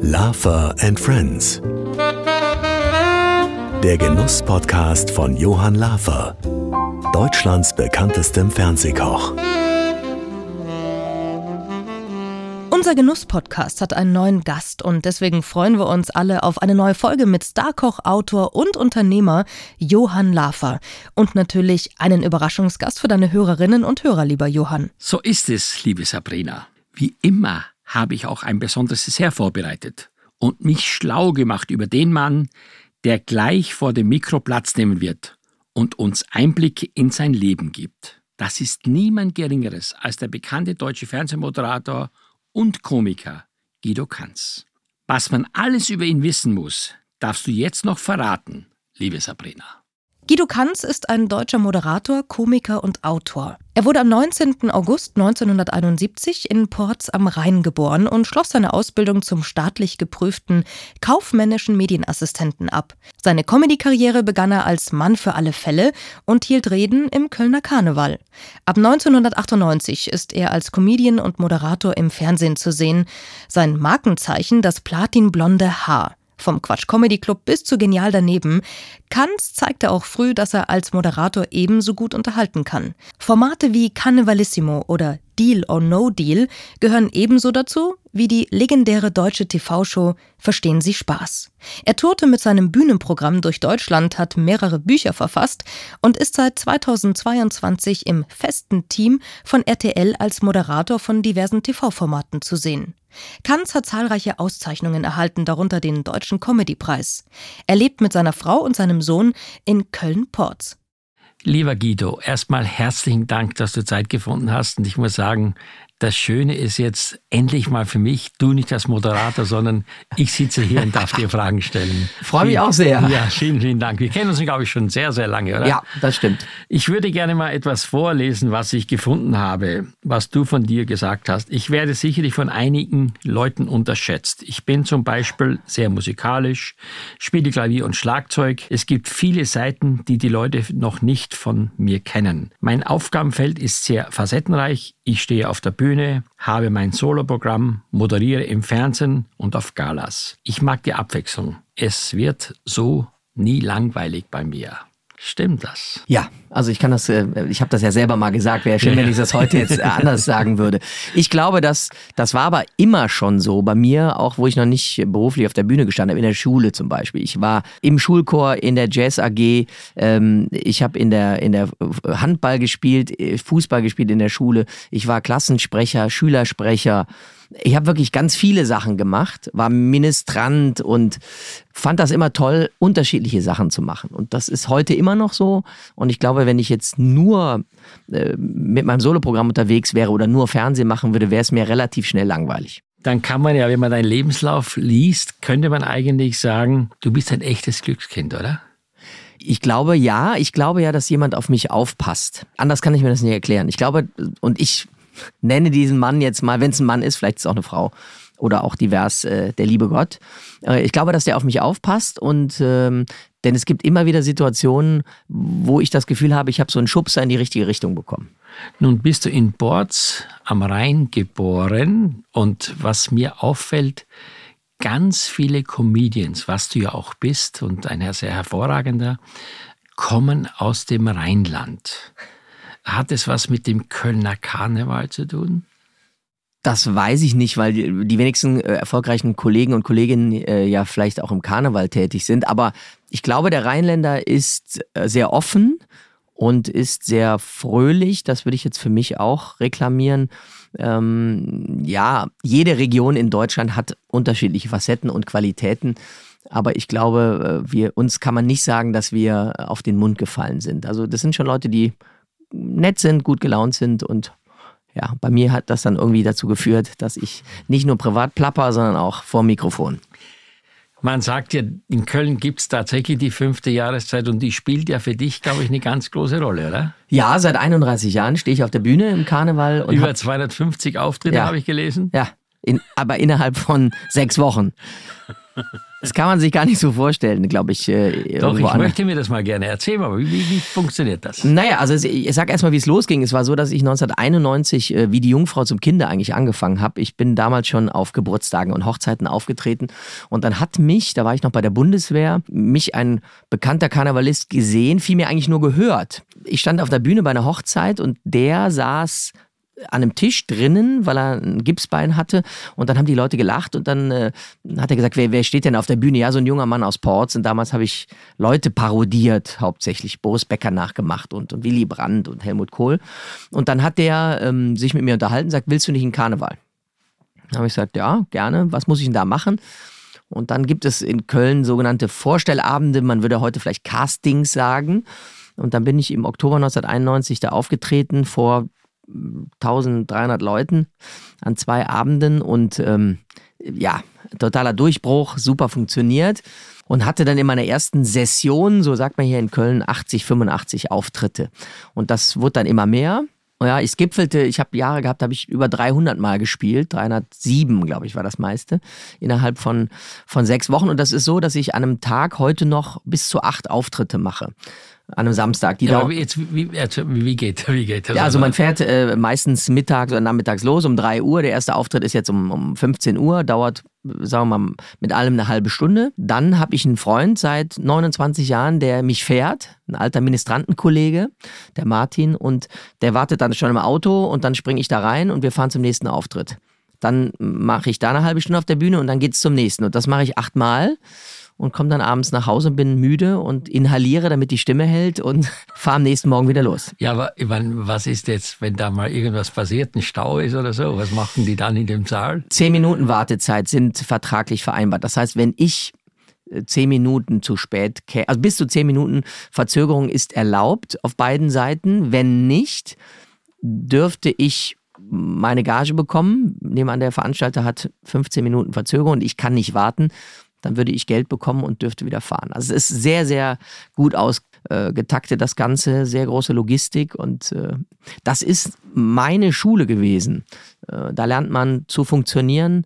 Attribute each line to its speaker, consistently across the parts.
Speaker 1: Lafer and Friends. Der Genuss-Podcast von Johann Lafer, Deutschlands bekanntestem Fernsehkoch.
Speaker 2: Unser Genuss-Podcast hat einen neuen Gast und deswegen freuen wir uns alle auf eine neue Folge mit Starkoch, Autor und Unternehmer Johann Lafer. Und natürlich einen Überraschungsgast für deine Hörerinnen und Hörer, lieber Johann.
Speaker 3: So ist es, liebe Sabrina. Wie immer habe ich auch ein besonderes Dessert vorbereitet und mich schlau gemacht über den Mann, der gleich vor dem Mikro Platz nehmen wird und uns Einblick in sein Leben gibt. Das ist niemand Geringeres als der bekannte deutsche Fernsehmoderator und Komiker Guido Kanz. Was man alles über ihn wissen muss, darfst du jetzt noch verraten, liebe Sabrina.
Speaker 2: Guido Kanz ist ein deutscher Moderator, Komiker und Autor. Er wurde am 19. August 1971 in Porz am Rhein geboren und schloss seine Ausbildung zum staatlich geprüften kaufmännischen Medienassistenten ab. Seine Comedy-Karriere begann er als Mann für alle Fälle und hielt Reden im Kölner Karneval. Ab 1998 ist er als Comedian und Moderator im Fernsehen zu sehen. Sein Markenzeichen das platinblonde Haar. Vom Quatsch-Comedy-Club bis zu Genial daneben. Kanz zeigte auch früh, dass er als Moderator ebenso gut unterhalten kann. Formate wie Karnevalissimo oder Deal or No Deal gehören ebenso dazu wie die legendäre deutsche TV-Show Verstehen Sie Spaß. Er tourte mit seinem Bühnenprogramm durch Deutschland, hat mehrere Bücher verfasst und ist seit 2022 im festen Team von RTL als Moderator von diversen TV-Formaten zu sehen. Kanz hat zahlreiche Auszeichnungen erhalten, darunter den Deutschen Comedy-Preis. Er lebt mit seiner Frau und seinem Sohn in Köln-Porz.
Speaker 3: Lieber Guido, erstmal herzlichen Dank, dass du Zeit gefunden hast. Und ich muss sagen, das Schöne ist jetzt endlich mal für mich, du nicht als Moderator, sondern ich sitze hier und darf dir Fragen stellen.
Speaker 4: Freue mich auch sehr.
Speaker 3: Ja, vielen, vielen Dank. Wir kennen uns, glaube ich, schon sehr, sehr lange, oder?
Speaker 4: Ja, das stimmt.
Speaker 3: Ich würde gerne mal etwas vorlesen, was ich gefunden habe, was du von dir gesagt hast. Ich werde sicherlich von einigen Leuten unterschätzt. Ich bin zum Beispiel sehr musikalisch, spiele Klavier und Schlagzeug. Es gibt viele Seiten, die die Leute noch nicht von mir kennen. Mein Aufgabenfeld ist sehr facettenreich. Ich stehe auf der Bühne, habe mein Soloprogramm, moderiere im Fernsehen und auf Galas. Ich mag die Abwechslung. Es wird so nie langweilig bei mir. Stimmt das?
Speaker 4: Ja, also ich habe das ja selber mal gesagt, wäre schön, wenn ich das heute jetzt anders sagen würde. Ich glaube, das war aber immer schon so bei mir, auch wo ich noch nicht beruflich auf der Bühne gestanden habe, in der Schule zum Beispiel. Ich war im Schulchor, in der Jazz AG, ich habe in der Handball gespielt, Fußball gespielt in der Schule, ich war Klassensprecher, Schülersprecher. Ich habe wirklich ganz viele Sachen gemacht, war Ministrant und fand das immer toll, unterschiedliche Sachen zu machen. Und das ist heute immer noch so. Und ich glaube, wenn ich jetzt nur mit meinem Soloprogramm unterwegs wäre oder nur Fernsehen machen würde, wäre es mir relativ schnell langweilig.
Speaker 3: Dann kann man ja, wenn man deinen Lebenslauf liest, könnte man eigentlich sagen, du bist ein echtes Glückskind, oder?
Speaker 4: Ich glaube ja, dass jemand auf mich aufpasst. Anders kann ich mir das nicht erklären. Ich glaube, und ich nenne diesen Mann jetzt mal, wenn es ein Mann ist, vielleicht ist es auch eine Frau oder auch divers, der liebe Gott. Ich glaube, dass der auf mich aufpasst und denn es gibt immer wieder Situationen, wo ich das Gefühl habe, ich habe so einen Schubser in die richtige Richtung bekommen.
Speaker 3: Nun bist du in Porz am Rhein geboren und was mir auffällt, ganz viele Comedians, was du ja auch bist und ein sehr hervorragender, kommen aus dem Rheinland. Hat es was mit dem Kölner Karneval zu tun?
Speaker 4: Das weiß ich nicht, weil die wenigsten erfolgreichen Kollegen und Kolleginnen ja vielleicht auch im Karneval tätig sind. Aber ich glaube, der Rheinländer ist sehr offen und ist sehr fröhlich. Das würde ich jetzt für mich auch reklamieren. Ja, jede Region in Deutschland hat unterschiedliche Facetten und Qualitäten. Aber ich glaube, uns kann man nicht sagen, dass wir auf den Mund gefallen sind. Also das sind schon Leute, die nett sind, gut gelaunt sind und ja, bei mir hat das dann irgendwie dazu geführt, dass ich nicht nur privat plapper, sondern auch vor dem Mikrofon.
Speaker 3: Man sagt ja, in Köln gibt es tatsächlich die 5. Jahreszeit und die spielt ja für dich, glaube ich, eine ganz große Rolle, oder?
Speaker 4: Ja, seit 31 Jahren stehe ich auf der Bühne im Karneval. Und
Speaker 3: über 250 Auftritte habe ich gelesen.
Speaker 4: Ja, aber innerhalb von 6 Wochen. Das kann man sich gar nicht so vorstellen, glaube ich.
Speaker 3: Doch, ich möchte mir das mal gerne erzählen, aber wie funktioniert das?
Speaker 4: Naja, also ich sag erstmal, wie es losging. Es war so, dass ich 1991 wie die Jungfrau zum Kinde eigentlich angefangen habe. Ich bin damals schon auf Geburtstagen und Hochzeiten aufgetreten und dann hat mich, da war ich noch bei der Bundeswehr, mich ein bekannter Karnevalist gesehen, vielmehr eigentlich nur gehört. Ich stand auf der Bühne bei einer Hochzeit und der saß an einem Tisch drinnen, weil er ein Gipsbein hatte und dann haben die Leute gelacht und dann hat er gesagt, wer steht denn auf der Bühne? Ja, so ein junger Mann aus Porz und damals habe ich Leute parodiert, hauptsächlich Boris Becker nachgemacht und Willy Brandt und Helmut Kohl und dann hat der sich mit mir unterhalten und sagt, willst du nicht in Karneval? Dann habe ich gesagt, ja, gerne, was muss ich denn da machen? Und dann gibt es in Köln sogenannte Vorstellabende, man würde heute vielleicht Castings sagen und dann bin ich im Oktober 1991 da aufgetreten vor 1300 Leuten an 2 Abenden und totaler Durchbruch, super funktioniert und hatte dann in meiner ersten Session, so sagt man hier in Köln, 80, 85 Auftritte und das wurde dann immer mehr. Ja, es gipfelte, ich habe Jahre gehabt, habe ich über 300 Mal gespielt, 307, glaube ich, war das meiste, innerhalb von 6 Wochen und das ist so, dass ich an einem Tag heute noch bis zu 8 Auftritte mache. An einem Samstag.
Speaker 3: Aber jetzt, wie geht das?
Speaker 4: Ja, also man fährt meistens mittags oder nachmittags los um 3 Uhr. Der erste Auftritt ist jetzt um 15 Uhr, dauert, sagen wir mal, mit allem eine halbe Stunde. Dann habe ich einen Freund seit 29 Jahren, der mich fährt, ein alter Ministrantenkollege, der Martin, und der wartet dann schon im Auto und dann springe ich da rein und wir fahren zum nächsten Auftritt. Dann mache ich da eine halbe Stunde auf der Bühne und dann geht's zum nächsten. Und das mache ich 8 Mal. Und komme dann abends nach Hause und bin müde und inhaliere, damit die Stimme hält und fahre am nächsten Morgen wieder los.
Speaker 3: Ja, aber ich meine, was ist jetzt, wenn da mal irgendwas passiert, ein Stau ist oder so? Was machen die dann in dem Saal?
Speaker 4: 10 Minuten Wartezeit sind vertraglich vereinbart. Das heißt, wenn ich 10 Minuten zu spät käme, also bis zu 10 Minuten Verzögerung ist erlaubt auf beiden Seiten. Wenn nicht, dürfte ich meine Gage bekommen. Nehmen wir an, der Veranstalter hat 15 Minuten Verzögerung und ich kann nicht warten. Dann würde ich Geld bekommen und dürfte wieder fahren. Also es ist sehr, sehr gut ausgetaktet, das Ganze, sehr große Logistik und das ist meine Schule gewesen. Da lernt man zu funktionieren,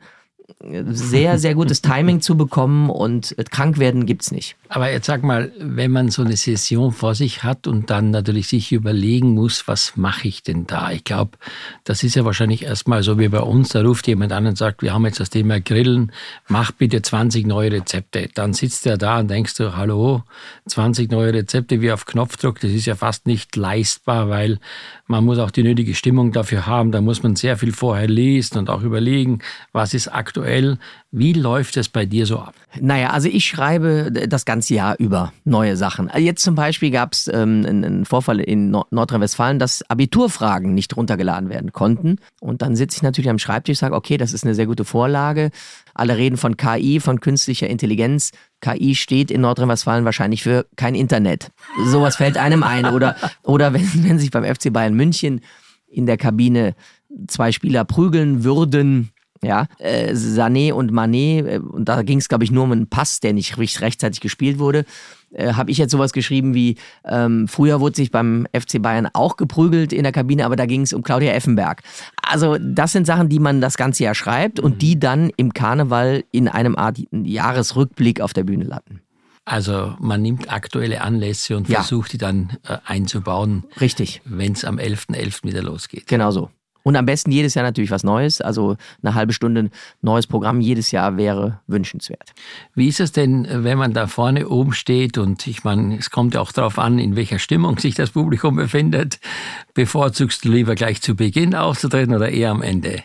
Speaker 4: sehr, sehr gutes Timing zu bekommen und krank werden gibt's nicht.
Speaker 3: Aber jetzt sag mal, wenn man so eine Session vor sich hat und dann natürlich sich überlegen muss, was mache ich denn da? Ich glaube, das ist ja wahrscheinlich erstmal so wie bei uns, da ruft jemand an und sagt, wir haben jetzt das Thema Grillen, mach bitte 20 neue Rezepte. Dann sitzt er da und denkst du, hallo, 20 neue Rezepte wie auf Knopfdruck, das ist ja fast nicht leistbar, weil man muss auch die nötige Stimmung dafür haben, da muss man sehr viel vorher lesen und auch überlegen, was ist aktuell. Wie läuft es bei dir so ab?
Speaker 4: Naja, also ich schreibe das ganze Jahr über neue Sachen. Jetzt zum Beispiel gab es einen Vorfall in Nordrhein-Westfalen, dass Abiturfragen nicht runtergeladen werden konnten. Und dann sitze ich natürlich am Schreibtisch und sage, okay, das ist eine sehr gute Vorlage. Alle reden von KI, von künstlicher Intelligenz. KI steht in Nordrhein-Westfalen wahrscheinlich für kein Internet. Sowas fällt einem ein. Oder wenn sich beim FC Bayern München in der Kabine 2 Spieler prügeln würden, ja, Sané und Mané, und da ging es, glaube ich, nur um einen Pass, der nicht rechtzeitig gespielt wurde, habe ich jetzt sowas geschrieben wie, früher wurde sich beim FC Bayern auch geprügelt in der Kabine, aber da ging es um Claudia Effenberg. Also das sind Sachen, die man das ganze Jahr schreibt und die dann im Karneval in einem Art Jahresrückblick auf der Bühne landen.
Speaker 3: Also man nimmt aktuelle Anlässe und versucht die dann einzubauen.
Speaker 4: Richtig.
Speaker 3: Wenn es am 11.11. wieder losgeht.
Speaker 4: Genau so. Und am besten jedes Jahr natürlich was Neues. Also eine halbe Stunde neues Programm jedes Jahr wäre wünschenswert.
Speaker 3: Wie ist es denn, wenn man da vorne oben steht? Und ich meine, es kommt ja auch darauf an, in welcher Stimmung sich das Publikum befindet. Bevorzugst du lieber gleich zu Beginn aufzutreten oder eher am Ende?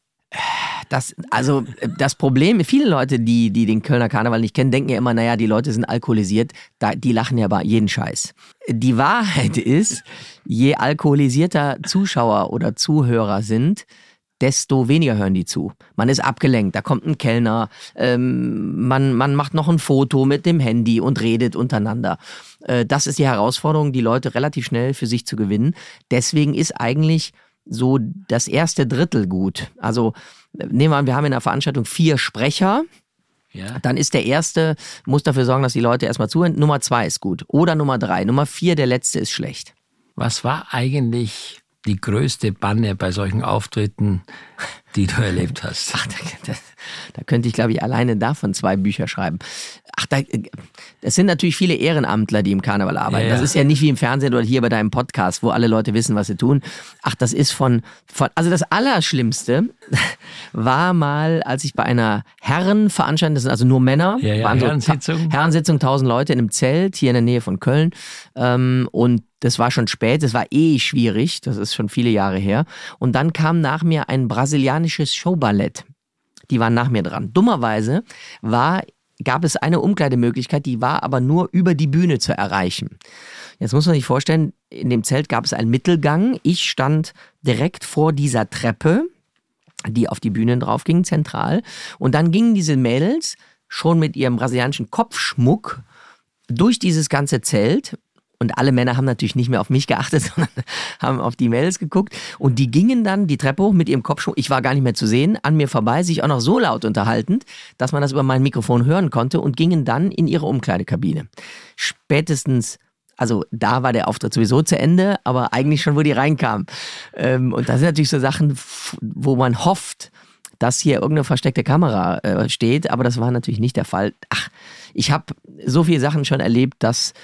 Speaker 3: Das Problem, viele Leute, die den Kölner Karneval nicht kennen, denken ja immer, naja, die Leute sind alkoholisiert, die lachen ja bei jeden Scheiß. Die Wahrheit ist, je alkoholisierter Zuschauer oder Zuhörer sind, desto weniger hören die zu. Man ist abgelenkt, da kommt ein Kellner, man macht noch ein Foto mit dem Handy und redet untereinander. Das ist die Herausforderung, die Leute relativ schnell für sich zu gewinnen. Deswegen ist eigentlich so das erste Drittel gut. Also nehmen wir an, wir haben in der Veranstaltung 4 Sprecher. Ja. Dann ist der erste, muss dafür sorgen, dass die Leute erstmal zuhören. Nummer 2 ist gut. Oder Nummer 3. Nummer 4, der letzte ist schlecht. Was war eigentlich die größte Panne bei solchen Auftritten, die du erlebt hast?
Speaker 4: Ach, Da könnte ich, glaube ich, alleine davon 2 Bücher schreiben. Ach, es sind natürlich viele Ehrenamtler, die im Karneval arbeiten. Ja. Das ist ja nicht wie im Fernsehen oder hier bei deinem Podcast, wo alle Leute wissen, was sie tun. Ach, das ist also das Allerschlimmste war mal, als ich bei einer Herrenveranstaltung, das sind also nur Männer, waren so Herrensitzung, 1000 Leute in einem Zelt hier in der Nähe von Köln. Und das war schon spät, das war schwierig, das ist schon viele Jahre her. Und dann kam nach mir ein brasilianisches Showballett. Die waren nach mir dran. Dummerweise gab es eine Umkleidemöglichkeit, die war aber nur über die Bühne zu erreichen. Jetzt muss man sich vorstellen, in dem Zelt gab es einen Mittelgang. Ich stand direkt vor dieser Treppe, die auf die Bühne drauf ging, zentral. Und dann gingen diese Mädels schon mit ihrem brasilianischen Kopfschmuck durch dieses ganze Zelt. Und alle Männer haben natürlich nicht mehr auf mich geachtet, sondern haben auf die Mädels geguckt. Und die gingen dann die Treppe hoch mit ihrem Kopfschmuck, ich war gar nicht mehr zu sehen, an mir vorbei, sich auch noch so laut unterhaltend, dass man das über mein Mikrofon hören konnte und gingen dann in ihre Umkleidekabine. Spätestens, also da war der Auftritt sowieso zu Ende, aber eigentlich schon, wo die reinkamen. Und das sind natürlich so Sachen, wo man hofft, dass hier irgendeine versteckte Kamera steht, aber das war natürlich nicht der Fall. Ach, ich habe so viele Sachen schon erlebt, dass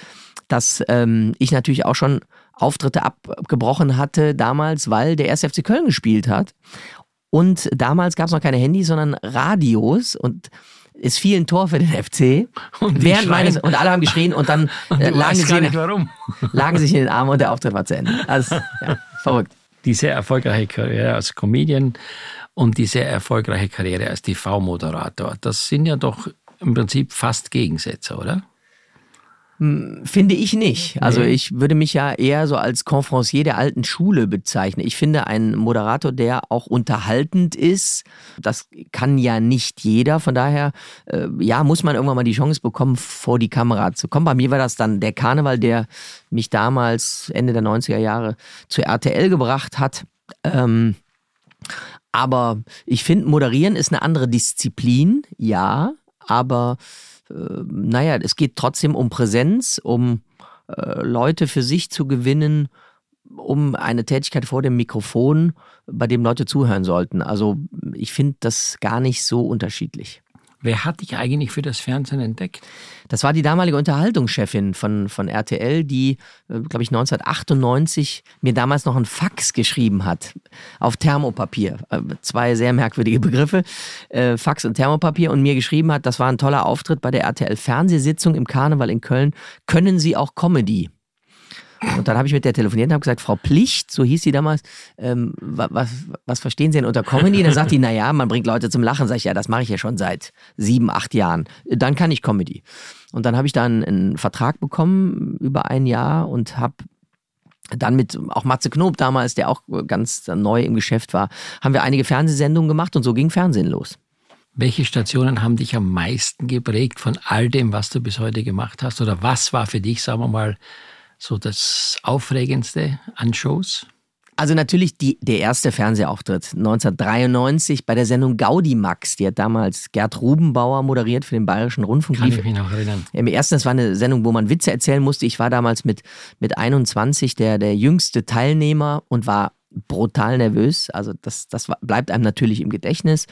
Speaker 4: ich natürlich auch schon Auftritte abgebrochen hatte damals, weil der 1. FC Köln gespielt hat. Und damals gab es noch keine Handys, sondern Radios und es fiel ein Tor für den FC. Und alle haben geschrien und dann lagen sie sich in den Armen und der Auftritt war zu Ende. Also, ja, verrückt.
Speaker 3: Die sehr erfolgreiche Karriere als Comedian und die sehr erfolgreiche Karriere als TV-Moderator, das sind ja doch im Prinzip fast Gegensätze, oder?
Speaker 4: Finde ich nicht. Also ich würde mich ja eher so als Conférencier der alten Schule bezeichnen. Ich finde, ein Moderator, der auch unterhaltend ist, das kann ja nicht jeder. Von daher, muss man irgendwann mal die Chance bekommen, vor die Kamera zu kommen. Bei mir war das dann der Karneval, der mich damals Ende der 90er Jahre zur RTL gebracht hat. Aber ich finde, moderieren ist eine andere Disziplin, ja, aber es geht trotzdem um Präsenz, um Leute für sich zu gewinnen, um eine Tätigkeit vor dem Mikrofon, bei dem Leute zuhören sollten. Also ich finde das gar nicht so unterschiedlich.
Speaker 3: Wer hat dich eigentlich für das Fernsehen entdeckt?
Speaker 4: Das war die damalige Unterhaltungschefin von RTL, die, glaube ich, 1998 mir damals noch einen Fax geschrieben hat auf Thermopapier. 2 sehr merkwürdige Begriffe, Fax und Thermopapier, und mir geschrieben hat, das war ein toller Auftritt bei der RTL-Fernsehsitzung im Karneval in Köln. Können Sie auch Comedy? Und dann habe ich mit der telefoniert und habe gesagt, Frau Plicht, so hieß sie damals, was verstehen Sie denn unter Comedy? Und dann sagt die, man bringt Leute zum Lachen. Sag ich, ja, das mache ich ja schon seit 7, 8 Jahren. Dann kann ich Comedy. Und dann habe ich dann einen Vertrag bekommen über 1 Jahr und habe dann mit auch Matze Knob damals, der auch ganz neu im Geschäft war, haben wir einige Fernsehsendungen gemacht und so ging Fernsehen los.
Speaker 3: Welche Stationen haben dich am meisten geprägt von all dem, was du bis heute gemacht hast? Oder was war für dich, sagen wir mal, so das Aufregendste an Shows?
Speaker 4: Also natürlich der erste Fernsehauftritt 1993 bei der Sendung Gaudimax. Die hat damals Gerd Rubenbauer moderiert für den Bayerischen Rundfunk.
Speaker 3: Kann ich mich noch erinnern.
Speaker 4: Im ersten, das war eine Sendung, wo man Witze erzählen musste. Ich war damals mit 21 der jüngste Teilnehmer und war brutal nervös. Also das bleibt einem natürlich im Gedächtnis.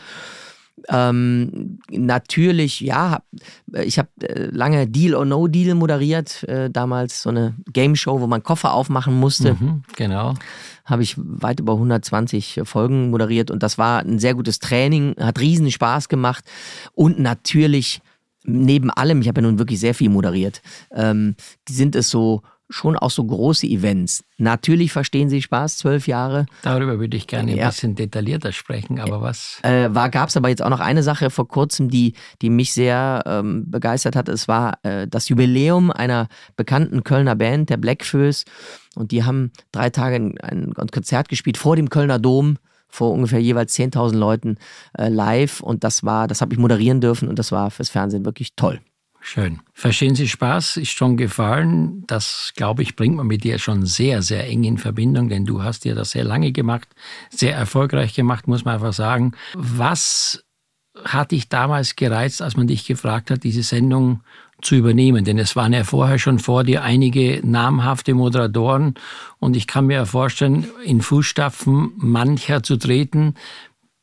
Speaker 4: Natürlich, ja, ich habe lange Deal or No Deal moderiert, damals so eine Game-Show, wo man Koffer aufmachen musste.
Speaker 3: Genau.
Speaker 4: Habe ich weit über 120 Folgen moderiert und das war ein sehr gutes Training, hat riesen Spaß gemacht und natürlich neben allem, ich habe ja nun wirklich sehr viel moderiert, sind es so schon auch so große Events. Natürlich verstehen Sie Spaß, 12 Jahre.
Speaker 3: Darüber würde ich gerne ein bisschen detaillierter sprechen, aber was?
Speaker 4: Gab es aber jetzt auch noch eine Sache vor kurzem, die mich sehr begeistert hat. Es war das Jubiläum einer bekannten Kölner Band, der Blackfoes. Und die haben 3 Tage ein Konzert gespielt vor dem Kölner Dom, vor ungefähr jeweils 10.000 Leuten live. Und das habe ich moderieren dürfen und das war fürs Fernsehen wirklich toll.
Speaker 3: Schön. Verstehen Sie Spaß? Ist schon gefallen. Das, glaube ich, bringt man mit dir schon sehr, sehr eng in Verbindung, denn du hast dir das sehr lange gemacht, sehr erfolgreich gemacht, muss man einfach sagen. Was hat dich damals gereizt, als man dich gefragt hat, diese Sendung zu übernehmen? Denn es waren ja vorher schon vor dir einige namhafte Moderatoren und ich kann mir ja vorstellen, in Fußstapfen mancher zu treten,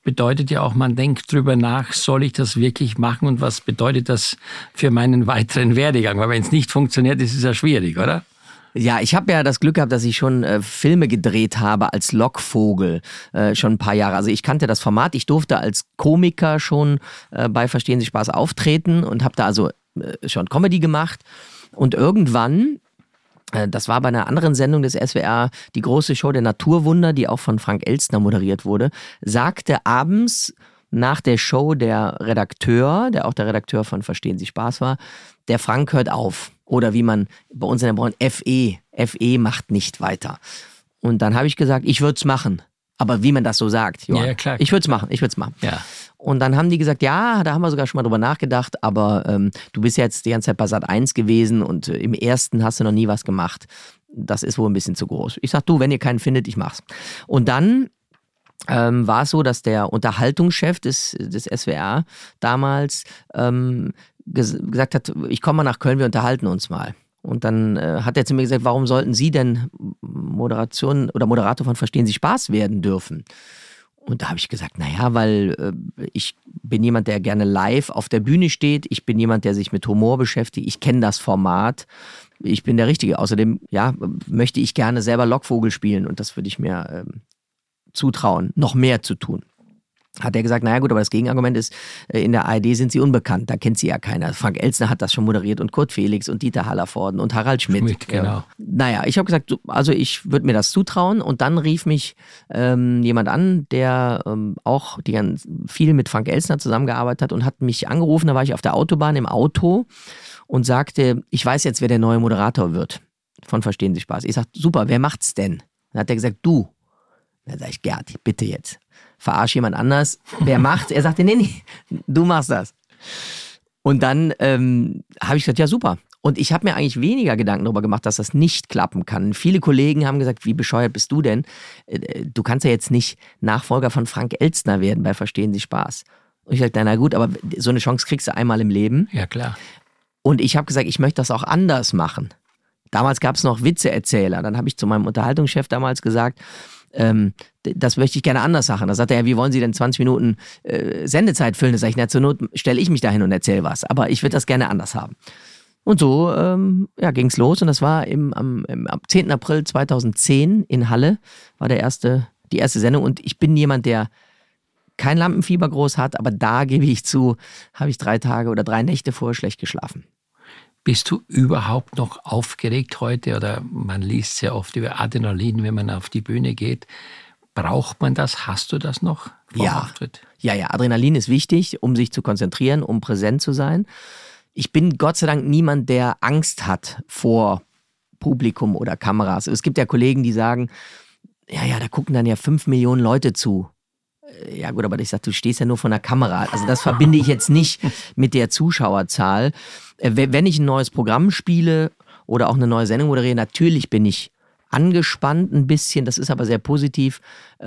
Speaker 3: bedeutet ja auch, man denkt drüber nach, soll ich das wirklich machen und was bedeutet das für meinen weiteren Werdegang? Weil wenn es nicht funktioniert, ist es ja schwierig, oder?
Speaker 4: Ja, ich habe ja das Glück gehabt, dass ich schon Filme gedreht habe als Lockvogel, schon ein paar Jahre. Also ich kannte das Format, ich durfte als Komiker schon bei Verstehen Sie Spaß auftreten und habe da also schon Comedy gemacht. Und irgendwann, das war bei einer anderen Sendung des SWR, die große Show der Naturwunder, die auch von Frank Elstner moderiert wurde, sagte abends nach der Show der Redakteur, der auch der Redakteur von Verstehen Sie Spaß war, der Frank hört auf. Oder wie man bei uns in der Branche, FE macht nicht weiter. Und dann habe ich gesagt, ich würde es machen. Aber wie man das so sagt, Johann,
Speaker 3: ja, klar.
Speaker 4: Ich würde es machen. Ja. Und dann haben die gesagt, ja, da haben wir sogar schon mal drüber nachgedacht, aber du bist jetzt die ganze Zeit bei Sat.1 gewesen und im ersten hast du noch nie was gemacht. Das ist wohl ein bisschen zu groß. Ich sag, du, wenn ihr keinen findet, ich mach's. Und dann war es so, dass der Unterhaltungschef des SWR damals gesagt hat, ich komme mal nach Köln, wir unterhalten uns mal. Und dann hat er zu mir gesagt, warum sollten Sie denn Moderation oder Moderator von Verstehen Sie Spaß werden dürfen? Und da habe ich gesagt, naja, weil ich bin jemand, der gerne live auf der Bühne steht. Ich bin jemand, der sich mit Humor beschäftigt. Ich kenne das Format. Ich bin der Richtige. Außerdem, ja, möchte ich gerne selber Lockvogel spielen und das würde ich mir zutrauen, noch mehr zu tun. Hat er gesagt, naja gut, aber das Gegenargument ist, in der ARD sind sie unbekannt, da kennt sie ja keiner. Frank Elstner hat das schon moderiert und Kurt Felix und Dieter Hallervorden und Harald Schmidt.
Speaker 3: Genau.
Speaker 4: Naja, ich habe gesagt, also ich würde mir das zutrauen und dann rief mich jemand an, der auch viel mit Frank Elstner zusammengearbeitet hat und hat mich angerufen, da war ich auf der Autobahn im Auto und sagte, ich weiß jetzt, wer der neue Moderator wird von Verstehen Sie Spaß. Ich sagte, super, wer macht's denn? Dann hat er gesagt, du. Dann sag ich, Gerd, bitte jetzt. Verarsch jemand anders. Wer macht's? Er sagte, nee, du machst das. Und dann habe ich gesagt, ja super. Und ich habe mir eigentlich weniger Gedanken darüber gemacht, dass das nicht klappen kann. Viele Kollegen haben gesagt, wie bescheuert bist du denn? Du kannst ja jetzt nicht Nachfolger von Frank Elstner werden bei Verstehen Sie Spaß. Und ich sagte, na gut, aber so eine Chance kriegst du einmal im Leben.
Speaker 3: Ja, klar.
Speaker 4: Und ich habe gesagt, ich möchte das auch anders machen. Damals gab es noch Witzeerzähler. Dann habe ich zu meinem Unterhaltungschef damals gesagt, das möchte ich gerne anders machen. Da sagt er, ja, wie wollen Sie denn 20 Minuten Sendezeit füllen? Da sage ich, na, zur Not stelle ich mich dahin und erzähle was. Aber ich würde das gerne anders haben. Und so ging es los. Und das war am 10. April 2010 in Halle, war die erste Sendung. Und ich bin jemand, der kein Lampenfieber groß hat, aber da gebe ich zu, habe ich 3 Tage oder 3 Nächte vorher schlecht geschlafen.
Speaker 3: Bist du überhaupt noch aufgeregt heute? Oder man liest sehr oft über Adrenalin, wenn man auf die Bühne geht. Braucht man das? Hast du das noch vor Auftritt? Ja,
Speaker 4: Adrenalin ist wichtig, um sich zu konzentrieren, um präsent zu sein. Ich bin Gott sei Dank niemand, der Angst hat vor Publikum oder Kameras. Es gibt ja Kollegen, die sagen, ja, da gucken dann ja 5 Millionen Leute zu. Ja gut, aber ich sag, du stehst ja nur vor einer Kamera. Also das verbinde ich jetzt nicht mit der Zuschauerzahl. Wenn ich ein neues Programm spiele oder auch eine neue Sendung moderiere, natürlich bin ich angespannt ein bisschen. Das ist aber sehr positiv.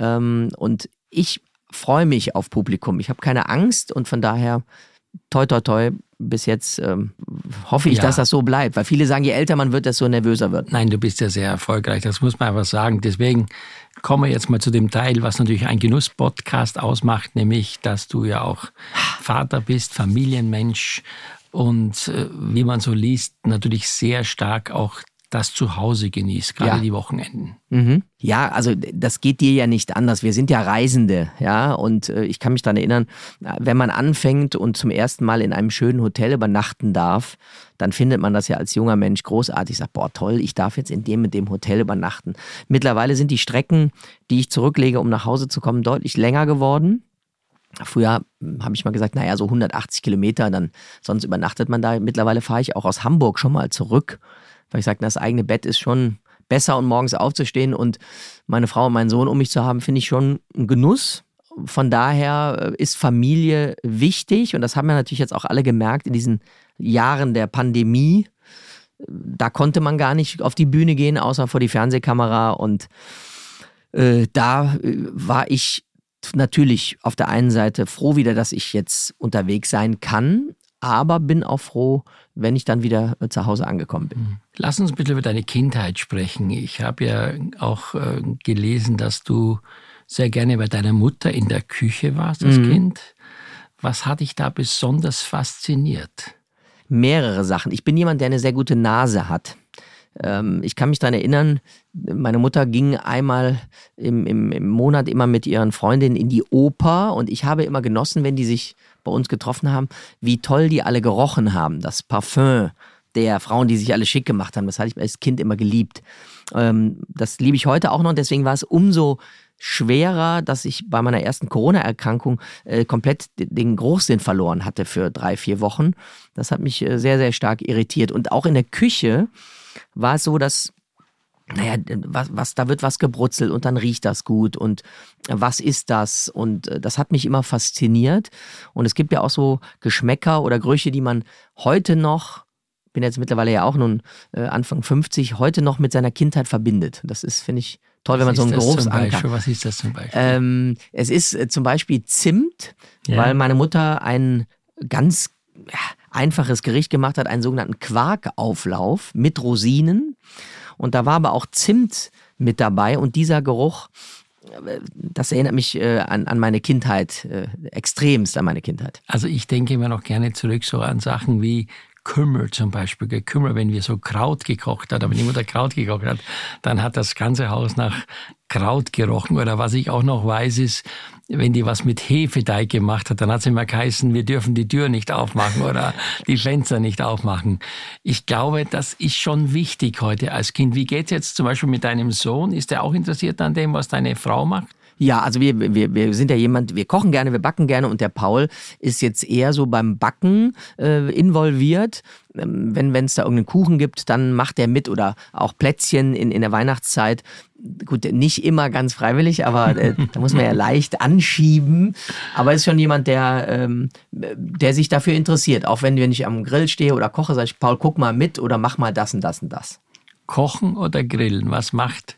Speaker 4: Und ich freue mich auf Publikum. Ich habe keine Angst und von daher toi, toi, toi, bis jetzt hoffe ich, dass das so bleibt. Weil viele sagen, je älter man wird, desto nervöser wird.
Speaker 3: Nein, du bist ja sehr erfolgreich, das muss man einfach sagen. Deswegen kommen wir jetzt mal zu dem Teil, was natürlich ein Genuss-Podcast ausmacht, nämlich, dass du ja auch Vater bist, Familienmensch und wie man so liest, natürlich sehr stark auch das Zuhause genießt, gerade die Wochenenden.
Speaker 4: Mhm. Ja, also das geht dir ja nicht anders. Wir sind ja Reisende, ja, und ich kann mich daran erinnern, wenn man anfängt und zum ersten Mal in einem schönen Hotel übernachten darf, dann findet man das ja als junger Mensch großartig. Ich sage, boah, toll, ich darf jetzt in dem Hotel übernachten. Mittlerweile sind die Strecken, die ich zurücklege, um nach Hause zu kommen, deutlich länger geworden. Früher habe ich mal gesagt, naja, so 180 Kilometer, dann sonst übernachtet man da. Mittlerweile fahre ich auch aus Hamburg schon mal zurück, weil ich sage, das eigene Bett ist schon besser und morgens aufzustehen und meine Frau und meinen Sohn um mich zu haben, finde ich schon ein Genuss. Von daher ist Familie wichtig und das haben wir natürlich jetzt auch alle gemerkt in diesen Jahren der Pandemie. Da konnte man gar nicht auf die Bühne gehen, außer vor die Fernsehkamera und da war ich natürlich auf der einen Seite froh wieder, dass ich jetzt unterwegs sein kann, aber bin auch froh, wenn ich dann wieder zu Hause angekommen bin.
Speaker 3: Lass uns ein bisschen über deine Kindheit sprechen. Ich habe ja auch gelesen, dass du sehr gerne bei deiner Mutter in der Küche warst als Kind. Was hat dich da besonders fasziniert?
Speaker 4: Mehrere Sachen. Ich bin jemand, der eine sehr gute Nase hat. Ich kann mich daran erinnern, meine Mutter ging einmal im Monat immer mit ihren Freundinnen in die Oper und ich habe immer genossen, wenn die sich bei uns getroffen haben, wie toll die alle gerochen haben. Das Parfüm der Frauen, die sich alle schick gemacht haben, das hatte ich als Kind immer geliebt. Das liebe ich heute auch noch und deswegen war es umso schwerer, dass ich bei meiner ersten Corona-Erkrankung komplett den Geruchssinn verloren hatte für 3-4 Wochen. Das hat mich sehr, sehr stark irritiert. Und auch in der Küche war es so, dass, da wird was gebrutzelt und dann riecht das gut und was ist das? Und das hat mich immer fasziniert. Und es gibt ja auch so Geschmäcker oder Gerüche, die man heute noch, bin jetzt mittlerweile ja auch nun Anfang 50, heute noch mit seiner Kindheit verbindet. Das ist, finde ich, toll, wenn man so einen Geruchsanker.
Speaker 3: Was ist das zum Beispiel?
Speaker 4: Es ist zum Beispiel Zimt, weil meine Mutter ein ganz einfaches Gericht gemacht hat, einen sogenannten Quarkauflauf mit Rosinen. Und da war aber auch Zimt mit dabei. Und dieser Geruch, das erinnert mich an meine Kindheit, extremst an meine Kindheit.
Speaker 3: Also ich denke immer noch gerne zurück so an Sachen wie Kümmel zum Beispiel. Kümmel, wenn wir so Kraut gekocht haben, wenn die Mutter Kraut gekocht hat, dann hat das ganze Haus nach Kraut gerochen. Oder was ich auch noch weiß ist, wenn die was mit Hefeteig gemacht hat, dann hat es immer geheißen, wir dürfen die Tür nicht aufmachen oder die Fenster nicht aufmachen. Ich glaube, das ist schon wichtig heute als Kind. Wie geht's jetzt zum Beispiel mit deinem Sohn? Ist er auch interessiert an dem, was deine Frau macht?
Speaker 4: Ja, also wir sind ja jemand, wir kochen gerne, wir backen gerne und der Paul ist jetzt eher so beim Backen involviert. Wenn es da irgendeinen Kuchen gibt, dann macht er mit oder auch Plätzchen in der Weihnachtszeit. Gut, nicht immer ganz freiwillig, aber da muss man ja leicht anschieben. Aber ist schon jemand, der sich dafür interessiert. Auch wenn ich am Grill stehe oder koche, sage ich, Paul, guck mal mit oder mach mal das und das und das.
Speaker 3: Kochen oder grillen, was machst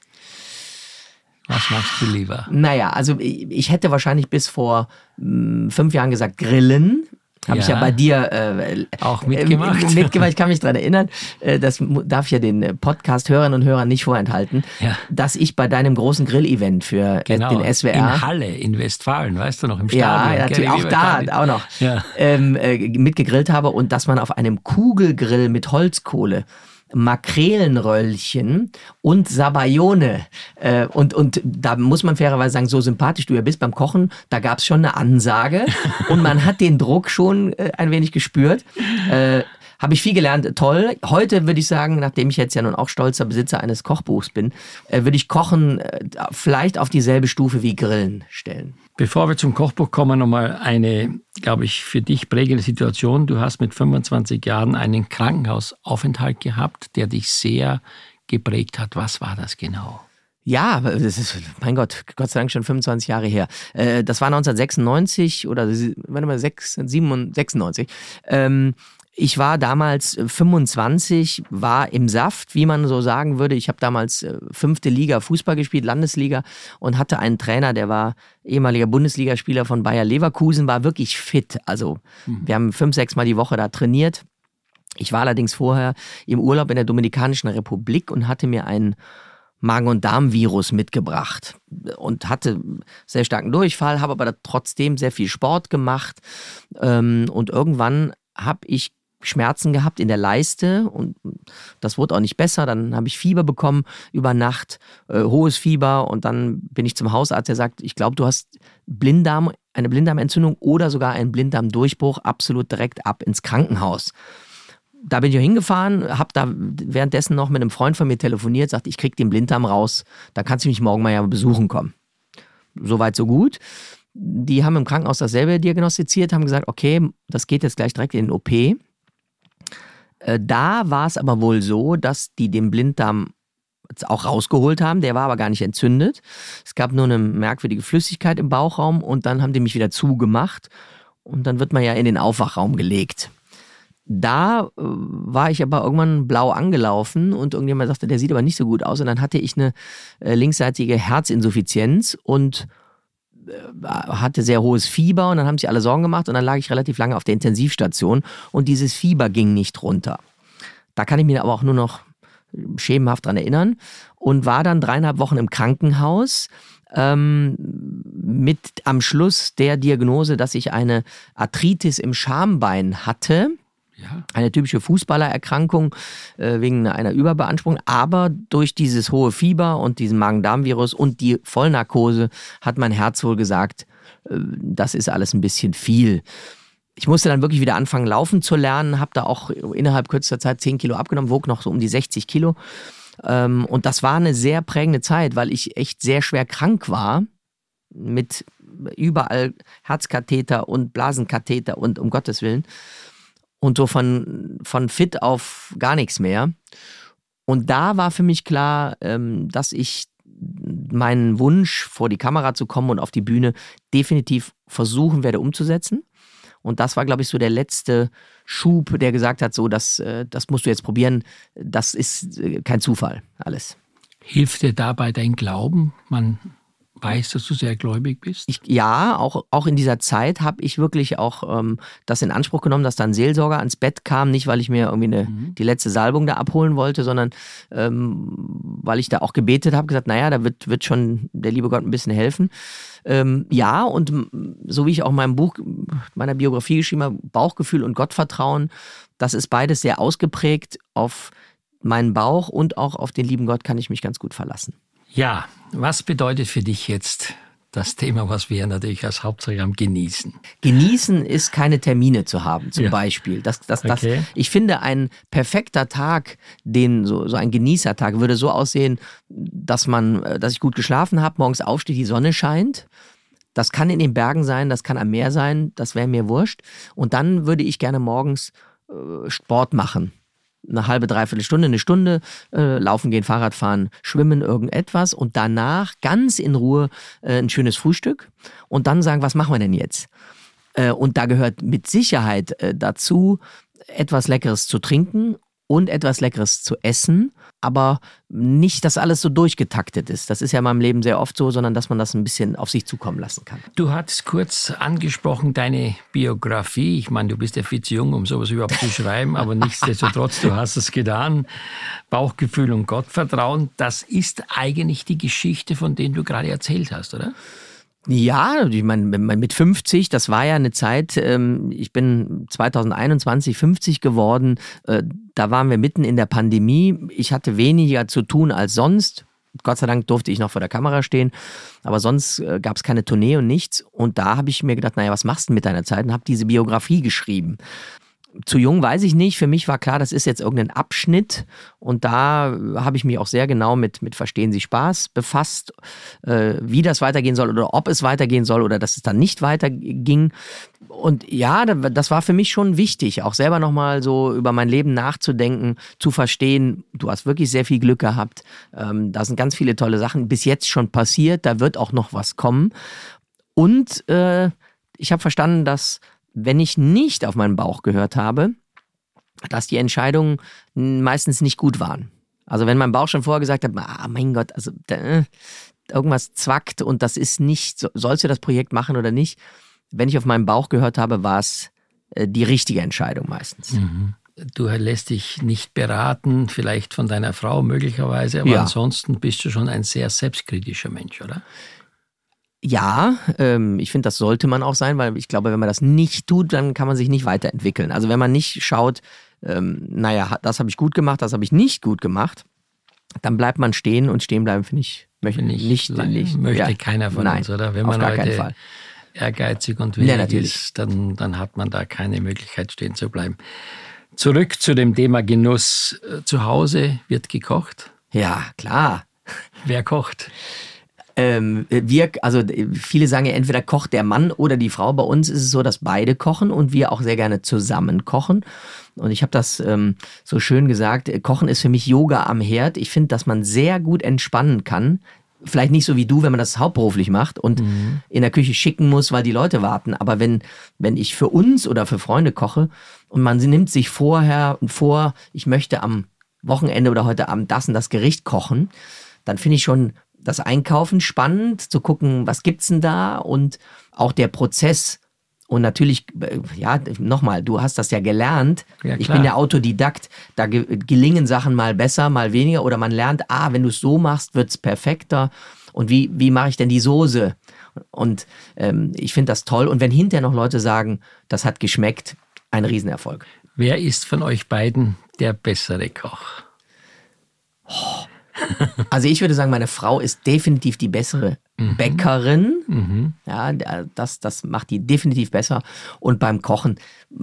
Speaker 3: du lieber?
Speaker 4: Naja, also ich hätte wahrscheinlich bis vor 5 Jahren gesagt Grillen. Habe ich ja bei dir
Speaker 3: auch mitgemacht.
Speaker 4: Ich kann mich daran erinnern, das darf ich ja den Podcast-Hörerinnen und Hörern nicht vorenthalten, dass ich bei deinem großen Grill-Event für den SWR...
Speaker 3: in Halle, in Westfalen, weißt du noch, im Stadion.
Speaker 4: Ja, natürlich, auch noch. Ja. Mitgegrillt habe und dass man auf einem Kugelgrill mit Holzkohle Makrelenröllchen und Sabayone. Und da muss man fairerweise sagen, so sympathisch du ja bist beim Kochen, da gab es schon eine Ansage und man hat den Druck schon ein wenig gespürt. Habe ich viel gelernt, toll. Heute würde ich sagen, nachdem ich jetzt ja nun auch stolzer Besitzer eines Kochbuchs bin, würde ich Kochen vielleicht auf dieselbe Stufe wie Grillen stellen.
Speaker 3: Bevor wir zum Kochbuch kommen, nochmal eine, glaube ich, für dich prägende Situation. Du hast mit 25 Jahren einen Krankenhausaufenthalt gehabt, der dich sehr geprägt hat. Was war das genau?
Speaker 4: Ja, das ist, mein Gott sei Dank schon 25 Jahre her. Das war 1996 oder 96. Ich war damals 25, war im Saft, wie man so sagen würde. Ich habe damals 5. Liga Fußball gespielt, Landesliga, und hatte einen Trainer, der war ehemaliger Bundesligaspieler von Bayer Leverkusen, war wirklich fit. Also wir haben 5-6 Mal die Woche da trainiert. Ich war allerdings vorher im Urlaub in der Dominikanischen Republik und hatte mir einen Magen- und Darmvirus mitgebracht und hatte sehr starken Durchfall, habe aber trotzdem sehr viel Sport gemacht und irgendwann habe ich Schmerzen gehabt in der Leiste und das wurde auch nicht besser. Dann habe ich Fieber bekommen über Nacht, hohes Fieber, und dann bin ich zum Hausarzt, der sagt, ich glaube, du hast eine Blinddarmentzündung oder sogar einen Blinddarmdurchbruch, absolut direkt ab ins Krankenhaus. Da bin ich hingefahren, habe da währenddessen noch mit einem Freund von mir telefoniert, sagte, ich krieg den Blinddarm raus, da kannst du mich morgen mal ja besuchen kommen. Soweit, so gut. Die haben im Krankenhaus dasselbe diagnostiziert, haben gesagt, okay, das geht jetzt gleich direkt in den OP. Da war es aber wohl so, dass die den Blinddarm auch rausgeholt haben, der war aber gar nicht entzündet. Es gab nur eine merkwürdige Flüssigkeit im Bauchraum und dann haben die mich wieder zugemacht und dann wird man ja in den Aufwachraum gelegt. Da war ich aber irgendwann blau angelaufen und irgendjemand sagte, der sieht aber nicht so gut aus, und dann hatte ich eine linksseitige Herzinsuffizienz und hatte sehr hohes Fieber und dann haben sich alle Sorgen gemacht und dann lag ich relativ lange auf der Intensivstation und dieses Fieber ging nicht runter. Da kann ich mich aber auch nur noch schemenhaft dran erinnern und war dann 3,5 Wochen im Krankenhaus, mit am Schluss der Diagnose, dass ich eine Arthritis im Schambein hatte. Ja. Eine typische Fußballererkrankung wegen einer Überbeanspruchung. Aber durch dieses hohe Fieber und diesen Magen-Darm-Virus und die Vollnarkose hat mein Herz wohl gesagt, das ist alles ein bisschen viel. Ich musste dann wirklich wieder anfangen, laufen zu lernen, habe da auch innerhalb kürzester Zeit 10 Kilo abgenommen, wog noch so um die 60 Kilo. Und das war eine sehr prägende Zeit, weil ich echt sehr schwer krank war, mit überall Herzkatheter und Blasenkatheter und um Gottes Willen. Und so von fit auf gar nichts mehr. Und da war für mich klar, dass ich meinen Wunsch, vor die Kamera zu kommen und auf die Bühne definitiv versuchen werde umzusetzen. Und das war, glaube ich, so der letzte Schub, der gesagt hat, so, das musst du jetzt probieren. Das ist kein Zufall, alles.
Speaker 3: Hilft dir dabei dein Glauben? Man weiß, dass du sehr gläubig bist?
Speaker 4: Ja, auch in dieser Zeit habe ich wirklich auch das in Anspruch genommen, dass da ein Seelsorger ans Bett kam. Nicht, weil ich mir irgendwie die letzte Salbung da abholen wollte, sondern weil ich da auch gebetet habe, gesagt, naja, da wird schon der liebe Gott ein bisschen helfen. Ja, und so wie ich auch in meinem Buch, meiner Biografie geschrieben habe, Bauchgefühl und Gottvertrauen, das ist beides sehr ausgeprägt. Auf meinen Bauch und auch auf den lieben Gott kann ich mich ganz gut verlassen. Ja,
Speaker 3: was bedeutet für dich jetzt das Thema, was wir natürlich als Hauptsache haben, genießen?
Speaker 4: Genießen ist, keine Termine zu haben, zum Beispiel. Okay. Ich finde, ein perfekter Tag, so ein Genießertag, würde so aussehen, dass ich gut geschlafen habe, morgens aufstehe, die Sonne scheint. Das kann in den Bergen sein, das kann am Meer sein, das wäre mir wurscht. Und dann würde ich gerne morgens Sport machen. Eine halbe, dreiviertel Stunde, eine Stunde, laufen gehen, Fahrrad fahren, schwimmen, irgendetwas und danach ganz in Ruhe ein schönes Frühstück und dann sagen, was machen wir denn jetzt? Und da gehört mit Sicherheit dazu, etwas Leckeres zu trinken und etwas Leckeres zu essen, aber nicht, dass alles so durchgetaktet ist. Das ist ja in meinem Leben sehr oft so, sondern dass man das ein bisschen auf sich zukommen lassen kann.
Speaker 3: Du hattest kurz angesprochen, deine Biografie. Ich meine, du bist ja viel zu jung, um sowas überhaupt zu schreiben, aber nichtsdestotrotz, du hast es getan. Bauchgefühl und Gottvertrauen, das ist eigentlich die Geschichte, von der du gerade erzählt hast, oder?
Speaker 4: Ja, ich meine, mit 50, das war ja eine Zeit, ich bin 2021 50 geworden, da waren wir mitten in der Pandemie, ich hatte weniger zu tun als sonst, Gott sei Dank durfte ich noch vor der Kamera stehen, aber sonst gab es keine Tournee und nichts und da habe ich mir gedacht, naja, was machst du mit deiner Zeit und habe diese Biografie geschrieben. Zu jung weiß ich nicht, für mich war klar, das ist jetzt irgendein Abschnitt und da habe ich mich auch sehr genau mit Verstehen Sie Spaß befasst, wie das weitergehen soll oder ob es weitergehen soll oder dass es dann nicht weiterging. Und ja, das war für mich schon wichtig, auch selber nochmal so über mein Leben nachzudenken, zu verstehen, du hast wirklich sehr viel Glück gehabt, da sind ganz viele tolle Sachen bis jetzt schon passiert, da wird auch noch was kommen. Und ich habe verstanden, dass wenn ich nicht auf meinen Bauch gehört habe, dass die Entscheidungen meistens nicht gut waren. Also wenn mein Bauch schon vorher gesagt hat, mein Gott, also irgendwas zwackt und das ist nicht, sollst du das Projekt machen oder nicht? Wenn ich auf meinen Bauch gehört habe, war es die richtige Entscheidung meistens.
Speaker 3: Mhm. Du lässt dich nicht beraten, vielleicht von deiner Frau möglicherweise, aber ansonsten bist du schon ein sehr selbstkritischer Mensch, oder?
Speaker 4: Ja, ich finde, das sollte man auch sein, weil ich glaube, wenn man das nicht tut, dann kann man sich nicht weiterentwickeln. Also wenn man nicht schaut, naja, das habe ich gut gemacht, das habe ich nicht gut gemacht, dann bleibt man stehen und stehen bleiben, finde ich,
Speaker 3: möchte keiner von uns, oder? Wenn man
Speaker 4: auf gar keinen Fall
Speaker 3: ehrgeizig und willig ist, dann hat man da keine Möglichkeit, stehen zu bleiben. Zurück zu dem Thema Genuss. Zu Hause wird gekocht?
Speaker 4: Ja, klar.
Speaker 3: Wer kocht?
Speaker 4: Viele sagen ja, entweder kocht der Mann oder die Frau. Bei uns ist es so, dass beide kochen und wir auch sehr gerne zusammen kochen. Und ich habe das so schön gesagt, Kochen ist für mich Yoga am Herd. Ich finde, dass man sehr gut entspannen kann. Vielleicht nicht so wie du, wenn man das hauptberuflich macht und in der Küche schicken muss, weil die Leute warten. Aber wenn ich für uns oder für Freunde koche und man nimmt sich vorher vor, ich möchte am Wochenende oder heute Abend das und das Gericht kochen, dann finde ich schon das Einkaufen spannend, zu gucken, was gibt's denn da und auch der Prozess. Und natürlich, ja, nochmal, du hast das ja gelernt. Ja, ich bin ja Autodidakt. Da gelingen Sachen mal besser, mal weniger. Oder man lernt, wenn du es so machst, wird's perfekter. Und wie mache ich denn die Soße? Und ich finde das toll. Und wenn hinterher noch Leute sagen, das hat geschmeckt, ein Riesenerfolg.
Speaker 3: Wer ist von euch beiden der bessere Koch?
Speaker 4: Also ich würde sagen, meine Frau ist definitiv die bessere Bäckerin. Ja, das macht die definitiv besser. Und beim Kochen,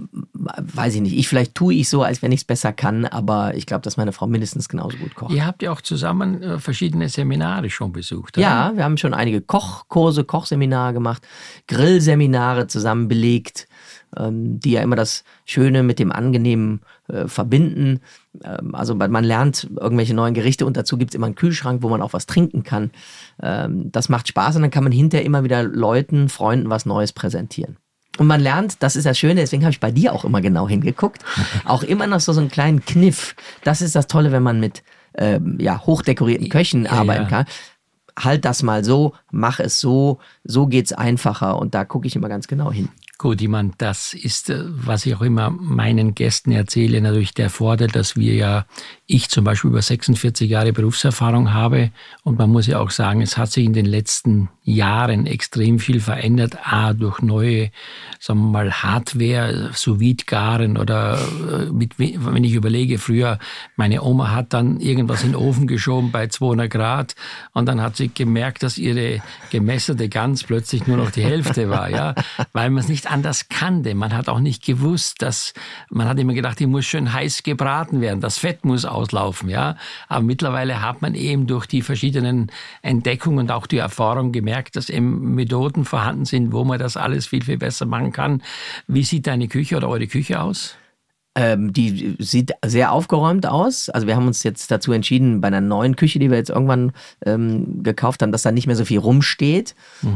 Speaker 4: weiß ich nicht, vielleicht tue ich so, als wenn ich es besser kann, aber ich glaube, dass meine Frau mindestens genauso gut kocht.
Speaker 3: Ihr habt ja auch zusammen verschiedene Seminare schon besucht, oder?
Speaker 4: Ja, wir haben schon einige Kochkurse, Kochseminare gemacht, Grillseminare zusammen belegt, die ja immer das Schöne mit dem Angenehmen verbinden. Also man lernt irgendwelche neuen Gerichte und dazu gibt es immer einen Kühlschrank, wo man auch was trinken kann. Das macht Spaß und dann kann man hinterher immer wieder Leuten, Freunden was Neues präsentieren. Und man lernt, das ist das Schöne, deswegen habe ich bei dir auch immer genau hingeguckt, auch immer noch so einen kleinen Kniff. Das ist das Tolle, wenn man mit hochdekorierten Köchen arbeiten kann. Halt das mal so, mach es so geht's einfacher und da gucke ich immer ganz genau hin.
Speaker 3: Gut, ich meine, das ist, was ich auch immer meinen Gästen erzähle, natürlich der Vorteil, dass ich zum Beispiel über 46 Jahre Berufserfahrung habe und man muss ja auch sagen, es hat sich in den letzten Jahren extrem viel verändert, durch neue, sagen wir mal, Hardware, Sous-Vide-Garen oder wenn ich überlege, früher, meine Oma hat dann irgendwas in den Ofen geschoben bei 200 Grad und dann hat sie gemerkt, dass ihre gemesserte Gans plötzlich nur noch die Hälfte war, ja, weil man es nicht anders kannte. Man hat auch nicht gewusst, man hat immer gedacht, die muss schön heiß gebraten werden, das Fett muss auslaufen, ja. Aber mittlerweile hat man eben durch die verschiedenen Entdeckungen und auch die Erfahrung gemerkt, dass eben Methoden vorhanden sind, wo man das alles viel, viel besser machen kann. Wie sieht deine Küche oder eure Küche aus?
Speaker 4: Die sieht sehr aufgeräumt aus. Also wir haben uns jetzt dazu entschieden, bei einer neuen Küche, die wir jetzt irgendwann gekauft haben, dass da nicht mehr so viel rumsteht.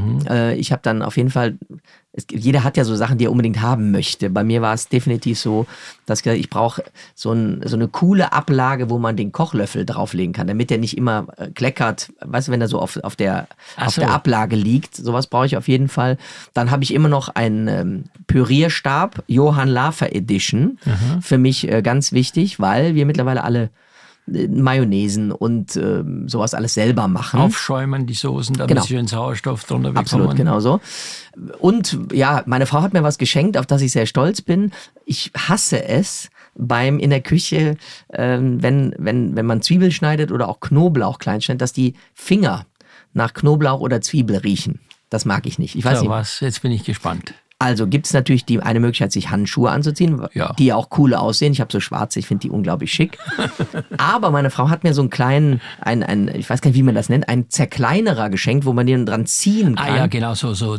Speaker 4: Ich habe dann auf jeden Fall, jeder hat ja so Sachen, die er unbedingt haben möchte. Bei mir war es definitiv so, dass ich brauche so eine coole Ablage, wo man den Kochlöffel drauflegen kann, damit der nicht immer kleckert. Weißt du, wenn er so auf der Ablage liegt. Sowas brauche ich auf jeden Fall. Dann habe ich immer noch einen Pürierstab, Johann Lafer Edition. Für mich ganz wichtig, weil wir mittlerweile alle Mayonnaisen und sowas alles selber machen.
Speaker 3: Aufschäumen die Soßen, da ein bisschen Sauerstoff drunter bekommen.
Speaker 4: Absolut, genau so. Und ja, meine Frau hat mir was geschenkt, auf das ich sehr stolz bin. Ich hasse es in der Küche, wenn man Zwiebel schneidet oder auch Knoblauch klein schneidet, dass die Finger nach Knoblauch oder Zwiebel riechen. Das mag ich nicht. Ich weiß nicht.
Speaker 3: Jetzt bin ich gespannt.
Speaker 4: Also gibt es natürlich eine Möglichkeit, sich Handschuhe anzuziehen, die auch cool aussehen. Ich habe so schwarze, ich finde die unglaublich schick. Aber meine Frau hat mir so einen kleinen, ich weiß gar nicht, wie man das nennt, einen Zerkleinerer geschenkt, wo man den dran ziehen kann.
Speaker 3: Ah ja, genau,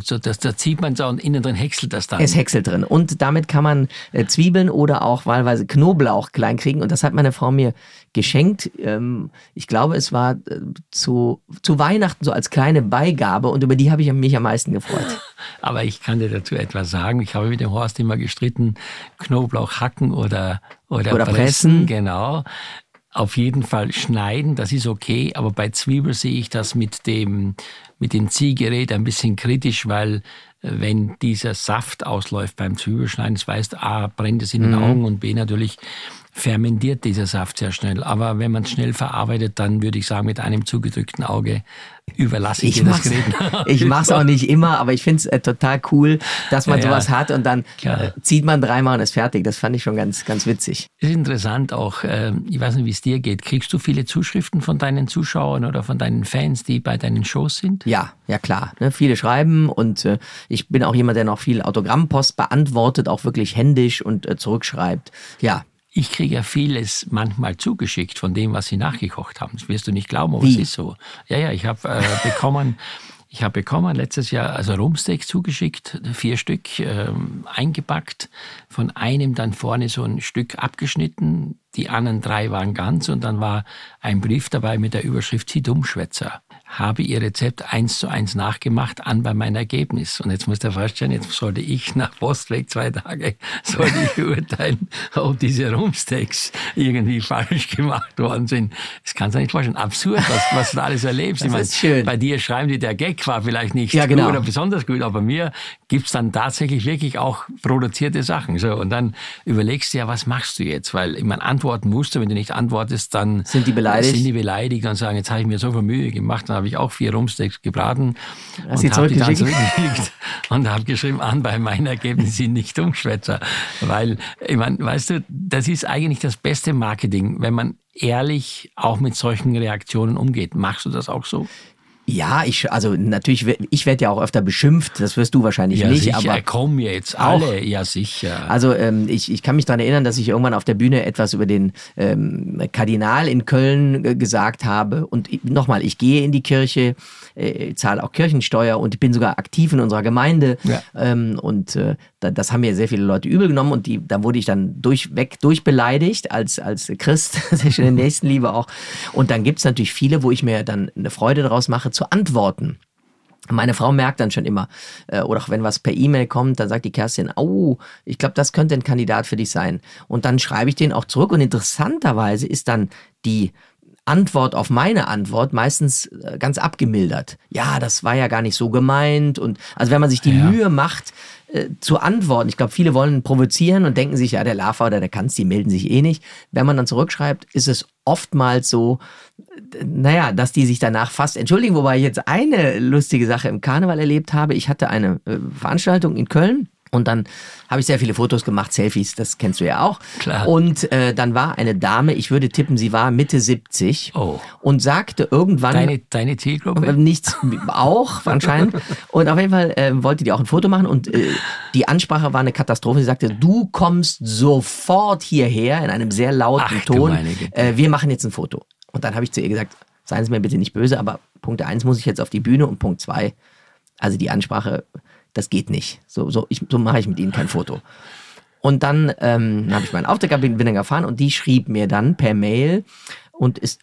Speaker 3: da zieht man so und innen drin häckselt das dann.
Speaker 4: Es häckselt drin. Und damit kann man Zwiebeln oder auch wahlweise Knoblauch klein kriegen. Und das hat meine Frau mir geschenkt. Ich glaube, es war zu Weihnachten so als kleine Beigabe und über die habe ich mich am meisten gefreut.
Speaker 3: Aber ich kann dir dazu etwas sagen. Ich habe mit dem Horst immer gestritten, Knoblauch hacken oder pressen. Genau. Auf jeden Fall schneiden, das ist okay. Aber bei Zwiebel sehe ich das mit dem Ziehgerät ein bisschen kritisch, weil wenn dieser Saft ausläuft beim Zwiebelschneiden, das heißt, A, brennt es in den Augen und B, natürlich fermentiert dieser Saft sehr schnell. Aber wenn man es schnell verarbeitet, dann würde ich sagen, mit einem zugedrückten Auge überlasse ich dir das Gerät.
Speaker 4: Ich mache es auch nicht immer, aber ich finde es total cool, dass man sowas hat und dann zieht man dreimal und ist fertig. Das fand ich schon ganz, ganz witzig.
Speaker 3: Ist interessant auch, ich weiß nicht, wie es dir geht. Kriegst du viele Zuschriften von deinen Zuschauern oder von deinen Fans, die bei deinen Shows sind?
Speaker 4: Ja klar. Ne? Viele schreiben und ich bin auch jemand, der noch viel Autogrammpost beantwortet, auch wirklich händisch und zurückschreibt. Ja.
Speaker 3: Ich kriege ja vieles manchmal zugeschickt von dem, was sie nachgekocht haben. Das wirst du nicht glauben, aber es ist so. Ja, ich habe bekommen letztes Jahr also Rumpsteak zugeschickt, 4 Stück eingepackt, von einem dann vorne so ein Stück abgeschnitten, die anderen 3 waren ganz und dann war ein Brief dabei mit der Überschrift Sie Dummschwätzer. Habe Ihr Rezept 1:1 nachgemacht, bei meinem Ergebnis. Und jetzt muss der vorstellen, jetzt sollte ich nach Postweg 2 Tage, beurteilen, ob diese Rumpsteaks irgendwie falsch gemacht worden sind. Das kannst du nicht vorstellen. Absurd, was du da alles erlebst.
Speaker 4: Das ist schön.
Speaker 3: Bei dir schreiben die, der Gag war vielleicht nicht
Speaker 4: gut
Speaker 3: oder besonders gut, aber bei mir gibt's dann tatsächlich wirklich auch produzierte Sachen. So, und dann überlegst du ja, was machst du jetzt? Weil, ich meine, antworten musst du, wenn du nicht antwortest, dann
Speaker 4: sind die beleidigt
Speaker 3: und sagen, jetzt habe ich mir so viel Mühe gemacht, dann habe ich auch 4 Rumpsteaks gebraten
Speaker 4: Hast
Speaker 3: und habe die dann
Speaker 4: zurückgeschickt
Speaker 3: und habe geschrieben, bei meinen Ergebnissen sind nicht Dummschwätzer. Weil, ich meine, weißt du, das ist eigentlich das beste Marketing, wenn man ehrlich auch mit solchen Reaktionen umgeht. Machst du das auch so?
Speaker 4: Ja, ich werde ja auch öfter beschimpft, das wirst du wahrscheinlich nicht.
Speaker 3: Sicher,
Speaker 4: Aber
Speaker 3: komm jetzt, alle, ja sicher.
Speaker 4: Also ich kann mich daran erinnern, dass ich irgendwann auf der Bühne etwas über den Kardinal in Köln gesagt habe. Und nochmal, ich gehe in die Kirche, zahle auch Kirchensteuer und bin sogar aktiv in unserer Gemeinde. Ja. Das haben mir sehr viele Leute übel genommen und da wurde ich dann durchbeleidigt als Christ, sehr schöne Nächstenliebe auch. Und dann gibt es natürlich viele, wo ich mir dann eine Freude daraus mache, zu antworten. Meine Frau merkt dann schon immer, oder auch wenn was per E-Mail kommt, dann sagt die Kerstin, ich glaube, das könnte ein Kandidat für dich sein. Und dann schreibe ich den auch zurück und interessanterweise ist dann die Antwort auf meine Antwort meistens ganz abgemildert. Ja, das war ja gar nicht so gemeint. Und also wenn man sich die Mühe macht, zu antworten. Ich glaube, viele wollen provozieren und denken sich, ja, der Lava oder der Kanz, die melden sich eh nicht. Wenn man dann zurückschreibt, ist es oftmals so, dass die sich danach fast entschuldigen. Wobei ich jetzt eine lustige Sache im Karneval erlebt habe. Ich hatte eine Veranstaltung in Köln. Und dann habe ich sehr viele Fotos gemacht, Selfies, das kennst du ja auch.
Speaker 3: Klar.
Speaker 4: Und dann war eine Dame, ich würde tippen, sie war Mitte 70 und sagte irgendwann...
Speaker 3: Deine Zielgruppe?
Speaker 4: Nichts, auch anscheinend. Und auf jeden Fall wollte die auch ein Foto machen und die Ansprache war eine Katastrophe. Sie sagte, du kommst sofort hierher in einem sehr lauten Ton. Wir machen jetzt ein Foto. Und dann habe ich zu ihr gesagt, seien Sie mir bitte nicht böse, aber Punkt 1 muss ich jetzt auf die Bühne und Punkt 2, also die Ansprache... Das geht nicht. So mache ich mit ihnen kein Foto. Und dann habe ich meinen Auftrag, bin dann gefahren und die schrieb mir dann per Mail und es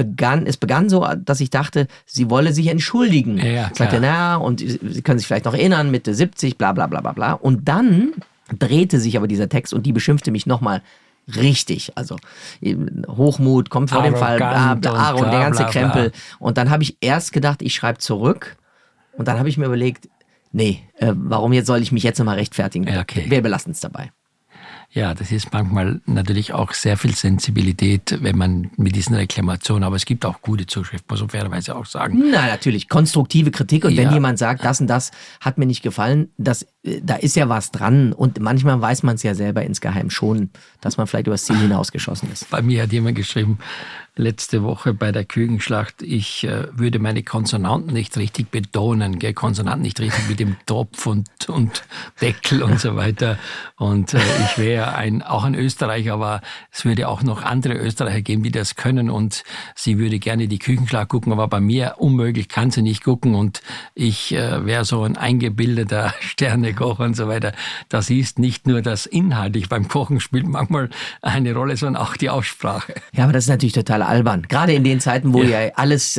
Speaker 4: begann so, dass ich dachte, sie wolle sich entschuldigen.
Speaker 3: Ja,
Speaker 4: sagte, und Sie können sich vielleicht noch erinnern, Mitte 70, bla bla bla bla bla. Und dann drehte sich aber dieser Text und die beschimpfte mich nochmal richtig. Also Hochmut kommt vor dem Fall, und der ganze Krempel. Und dann habe ich erst gedacht, ich schreibe zurück und dann habe ich mir überlegt, nee, warum soll ich mich jetzt nochmal rechtfertigen?
Speaker 3: Okay.
Speaker 4: Wir belassen es dabei.
Speaker 3: Ja, das ist manchmal natürlich auch sehr viel Sensibilität, wenn man mit diesen Reklamationen, aber es gibt auch gute Zuschrift, muss man fairerweise auch sagen.
Speaker 4: Na, natürlich, konstruktive Kritik und wenn jemand sagt, das und das hat mir nicht gefallen, da ist ja was dran und manchmal weiß man es ja selber insgeheim schon, dass man vielleicht übers Ziel hinausgeschossen ist.
Speaker 3: Bei mir hat jemand geschrieben, letzte Woche bei der Kükenschlacht, ich würde meine Konsonanten nicht richtig betonen, Konsonanten nicht richtig mit dem Topf und Deckel und so weiter. Und ich wäre auch ein Österreicher, aber es würde auch noch andere Österreicher geben, die das können und sie würde gerne die Kükenschlacht gucken, aber bei mir unmöglich kann sie nicht gucken und ich wäre so ein eingebildeter Sternekoch und so weiter. Das ist nicht nur das Inhaltliche beim Kochen spielt manchmal eine Rolle, sondern auch die Aussprache.
Speaker 4: Ja, aber das ist natürlich total albern. Gerade in den Zeiten, wo ja alles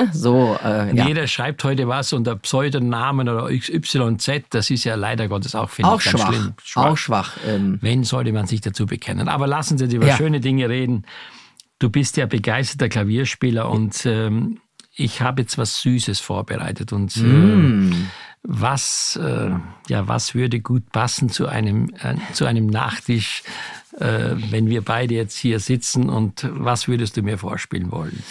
Speaker 3: Jeder schreibt heute was unter Pseudonamen oder XYZ. Das ist ja leider Gottes auch, finde ich, ganz schlimm.
Speaker 4: Auch schwach.
Speaker 3: Wenn sollte man sich dazu bekennen. Aber lassen Sie uns über schöne Dinge reden. Du bist ja begeisterter Klavierspieler und ich habe jetzt was Süßes vorbereitet. Und was würde gut passen zu einem Nachtisch, wenn wir beide jetzt hier sitzen und was würdest du mir vorspielen wollen?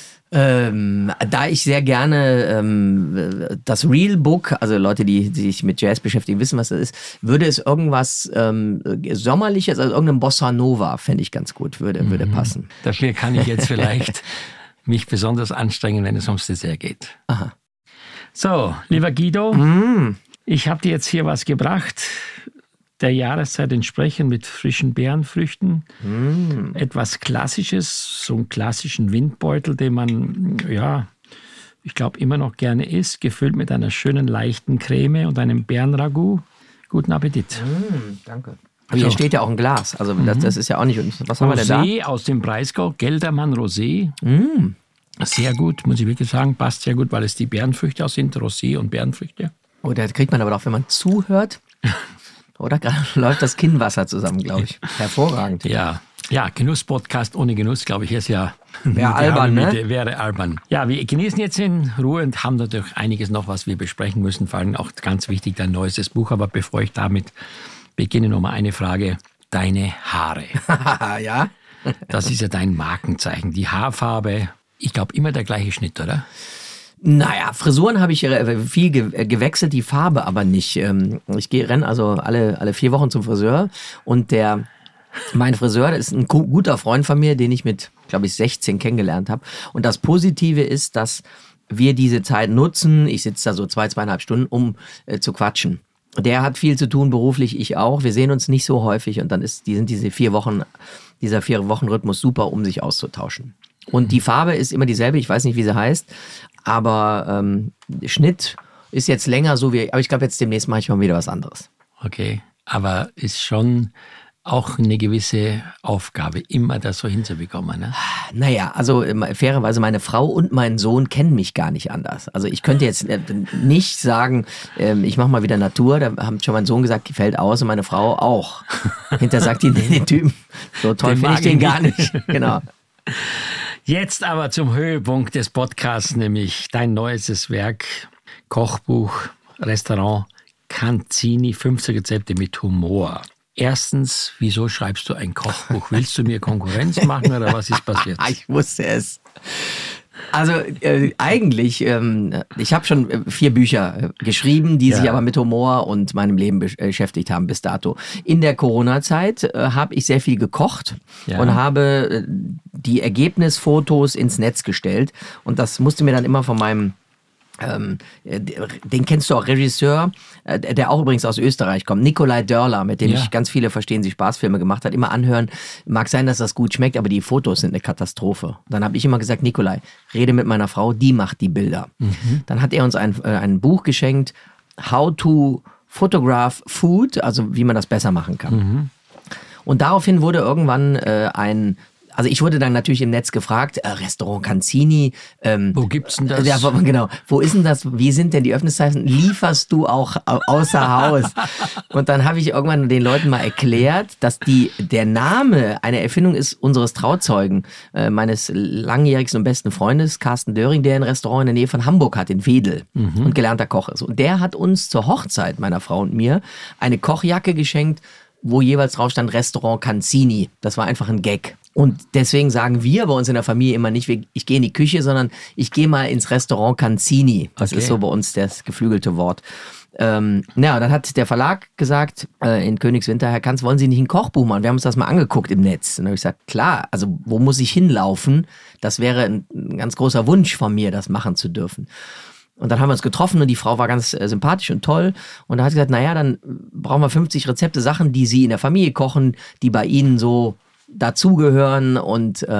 Speaker 4: Da ich sehr gerne das Real Book, also Leute, die sich mit Jazz beschäftigen, wissen, was das ist, würde es irgendwas Sommerliches, also irgendein Bossa Nova, fände ich ganz gut, würde passen.
Speaker 3: Dafür kann ich jetzt vielleicht mich besonders anstrengen, wenn es ums Dessert geht.
Speaker 4: Aha.
Speaker 3: So, lieber Guido, ich habe dir jetzt hier was gebracht, der Jahreszeit entsprechend mit frischen Beerenfrüchten. Etwas Klassisches, so einen klassischen Windbeutel, den man, ich glaube, immer noch gerne isst, gefüllt mit einer schönen, leichten Creme und einem Beerenragout. Guten Appetit.
Speaker 4: Danke. Aber hier steht ja auch ein Glas, also das ist ja auch nicht... Was haben wir denn da?
Speaker 3: Rosé aus dem Breisgau, Geldermann Rosé. Sehr gut, muss ich wirklich sagen, passt sehr gut, weil es die Beerenfrüchte auch sind, Rosé und Beerenfrüchte.
Speaker 4: Oh, da kriegt man aber auch, wenn man zuhört, oder? Gerade läuft das Kinnwasser zusammen, glaube ich. Hervorragend.
Speaker 3: Ja, Genuss-Podcast ohne Genuss, glaube ich, ist ja...
Speaker 4: Wäre albern, ne?
Speaker 3: Wäre albern. Ja, wir genießen jetzt in Ruhe und haben natürlich einiges noch, was wir besprechen müssen, vor allem auch ganz wichtig, dein neuestes Buch. Aber bevor ich damit beginne, noch mal eine Frage. Deine Haare.
Speaker 4: Ja?
Speaker 3: Das ist ja dein Markenzeichen. Die Haarfarbe, ich glaube, immer der gleiche Schnitt, oder?
Speaker 4: Naja, Frisuren habe ich viel gewechselt, die Farbe aber nicht. Ich renne also alle 4 Wochen zum Friseur und mein Friseur, das ist ein guter Freund von mir, den ich mit, glaube ich, 16 kennengelernt habe. Und das Positive ist, dass wir diese Zeit nutzen, ich sitze da so 2,5 Stunden, um zu quatschen. Der hat viel zu tun beruflich, ich auch. Wir sehen uns nicht so häufig und dann sind dieser 4-Wochen-Rhythmus super, um sich auszutauschen. Und die Farbe ist immer dieselbe, ich weiß nicht, wie sie heißt, aber Schnitt ist jetzt länger so wie, aber ich glaube, jetzt demnächst mache ich mal wieder was anderes.
Speaker 3: Okay, aber ist schon auch eine gewisse Aufgabe, immer das so hinzubekommen, ne?
Speaker 4: Naja, also fairerweise, meine Frau und mein Sohn kennen mich gar nicht anders. Also ich könnte jetzt nicht sagen, ich mache mal wieder Natur, da hat schon mein Sohn gesagt, gefällt aus und meine Frau auch. Hinterher sagt die, den Typen, so toll finde ich den gar nicht. Genau.
Speaker 3: Jetzt aber zum Höhepunkt des Podcasts, nämlich dein neuestes Werk, Kochbuch, Restaurant Canzini, 50 Rezepte mit Humor. Erstens, wieso schreibst du ein Kochbuch? Willst du mir Konkurrenz machen oder was ist passiert?
Speaker 4: Ich wusste es. Also eigentlich, ich habe schon 4 Bücher geschrieben, die sich aber mit Humor und meinem Leben beschäftigt haben bis dato. In der Corona-Zeit habe ich sehr viel gekocht und habe die Ergebnisfotos ins Netz gestellt. Und das musste mir dann immer von meinem den kennst du auch, Regisseur, der auch übrigens aus Österreich kommt, Nikolai Dörler, mit dem ich ganz viele Verstehen Sie Spaß-Filme gemacht habe, immer anhören. Mag sein, dass das gut schmeckt, aber die Fotos sind eine Katastrophe. Dann habe ich immer gesagt, Nikolai, rede mit meiner Frau, die macht die Bilder. Dann hat er uns ein Buch geschenkt, How to Photograph Food, also wie man das besser machen kann. Und daraufhin wurde irgendwann also ich wurde dann natürlich im Netz gefragt, Restaurant Canzini.
Speaker 3: Wo gibt's denn das?
Speaker 4: Ja, genau. Wo ist denn das? Wie sind denn die Öffnungszeiten? Lieferst du auch außer Haus? Und dann habe ich irgendwann den Leuten mal erklärt, dass der Name eine Erfindung ist unseres Trauzeugen, meines langjährigsten und besten Freundes, Carsten Döring, der ein Restaurant in der Nähe von Hamburg hat, in Wedel, und gelernter Koch ist. Und der hat uns zur Hochzeit meiner Frau und mir eine Kochjacke geschenkt, wo jeweils drauf stand Restaurant Canzini. Das war einfach ein Gag. Und deswegen sagen wir bei uns in der Familie immer nicht, ich gehe in die Küche, sondern ich gehe mal ins Restaurant Canzini. Das ist so bei uns das geflügelte Wort. Dann hat der Verlag gesagt, in Königswinter, Herr Kanz, wollen Sie nicht ein Kochbuch machen? Wir haben uns das mal angeguckt im Netz. Und dann habe ich gesagt, klar, also wo muss ich hinlaufen? Das wäre ein ganz großer Wunsch von mir, das machen zu dürfen. Und dann haben wir uns getroffen und die Frau war ganz sympathisch und toll. Und da hat sie gesagt, naja, dann brauchen wir 50 Rezepte, Sachen, die Sie in der Familie kochen, die bei Ihnen so dazugehören. Und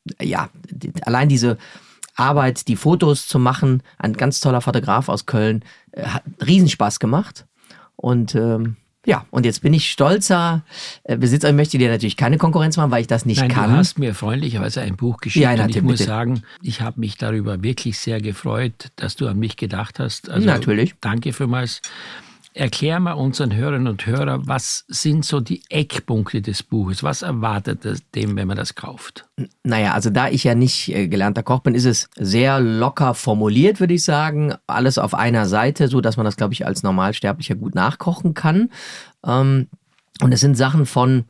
Speaker 4: allein diese Arbeit, die Fotos zu machen, ein ganz toller Fotograf aus Köln, hat Riesenspaß gemacht. Und und jetzt bin ich stolzer Besitzer. Ich möchte dir natürlich keine Konkurrenz machen, weil ich das nicht kann.
Speaker 3: Du hast mir freundlicherweise ein Buch geschickt und ich muss sagen, ich habe mich darüber wirklich sehr gefreut, dass du an mich gedacht hast. Also,
Speaker 4: natürlich.
Speaker 3: Danke vielmals. Erklär mal unseren Hörerinnen und Hörern, was sind so die Eckpunkte des Buches? Was erwartet es dem, wenn man das kauft?
Speaker 4: Naja, also da ich ja nicht gelernter Koch bin, ist es sehr locker formuliert, würde ich sagen. Alles auf einer Seite, so dass man das, glaube ich, als Normalsterblicher gut nachkochen kann. Und es sind Sachen vom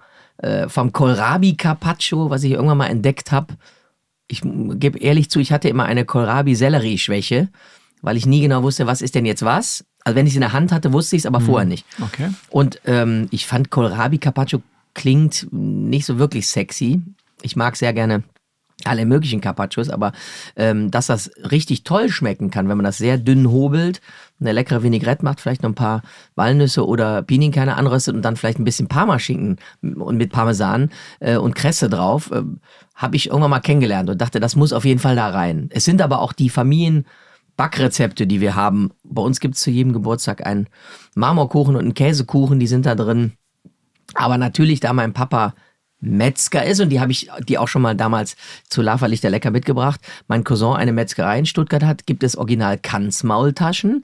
Speaker 4: Kohlrabi Carpaccio, was ich irgendwann mal entdeckt habe. Ich gebe ehrlich zu, ich hatte immer eine Kohlrabi-Sellerie-Schwäche, weil ich nie genau wusste, was ist denn jetzt was. Also wenn ich es in der Hand hatte, wusste ich es, aber vorher nicht.
Speaker 3: Okay.
Speaker 4: Und ich fand Kohlrabi Carpaccio klingt nicht so wirklich sexy. Ich mag sehr gerne alle möglichen Carpaccios, aber dass das richtig toll schmecken kann, wenn man das sehr dünn hobelt, eine leckere Vinaigrette macht, vielleicht noch ein paar Walnüsse oder Pinienkerne anröstet und dann vielleicht ein bisschen Parmaschinken und mit Parmesan und Kresse drauf, habe ich irgendwann mal kennengelernt und dachte, das muss auf jeden Fall da rein. Es sind aber auch die Backrezepte, die wir haben. Bei uns gibt es zu jedem Geburtstag einen Marmorkuchen und einen Käsekuchen, die sind da drin. Aber natürlich, da mein Papa Metzger ist, und die habe ich die auch schon mal damals zu Laferlichter lecker mitgebracht, mein Cousin eine Metzgerei in Stuttgart hat, gibt es original Kanzmaultaschen.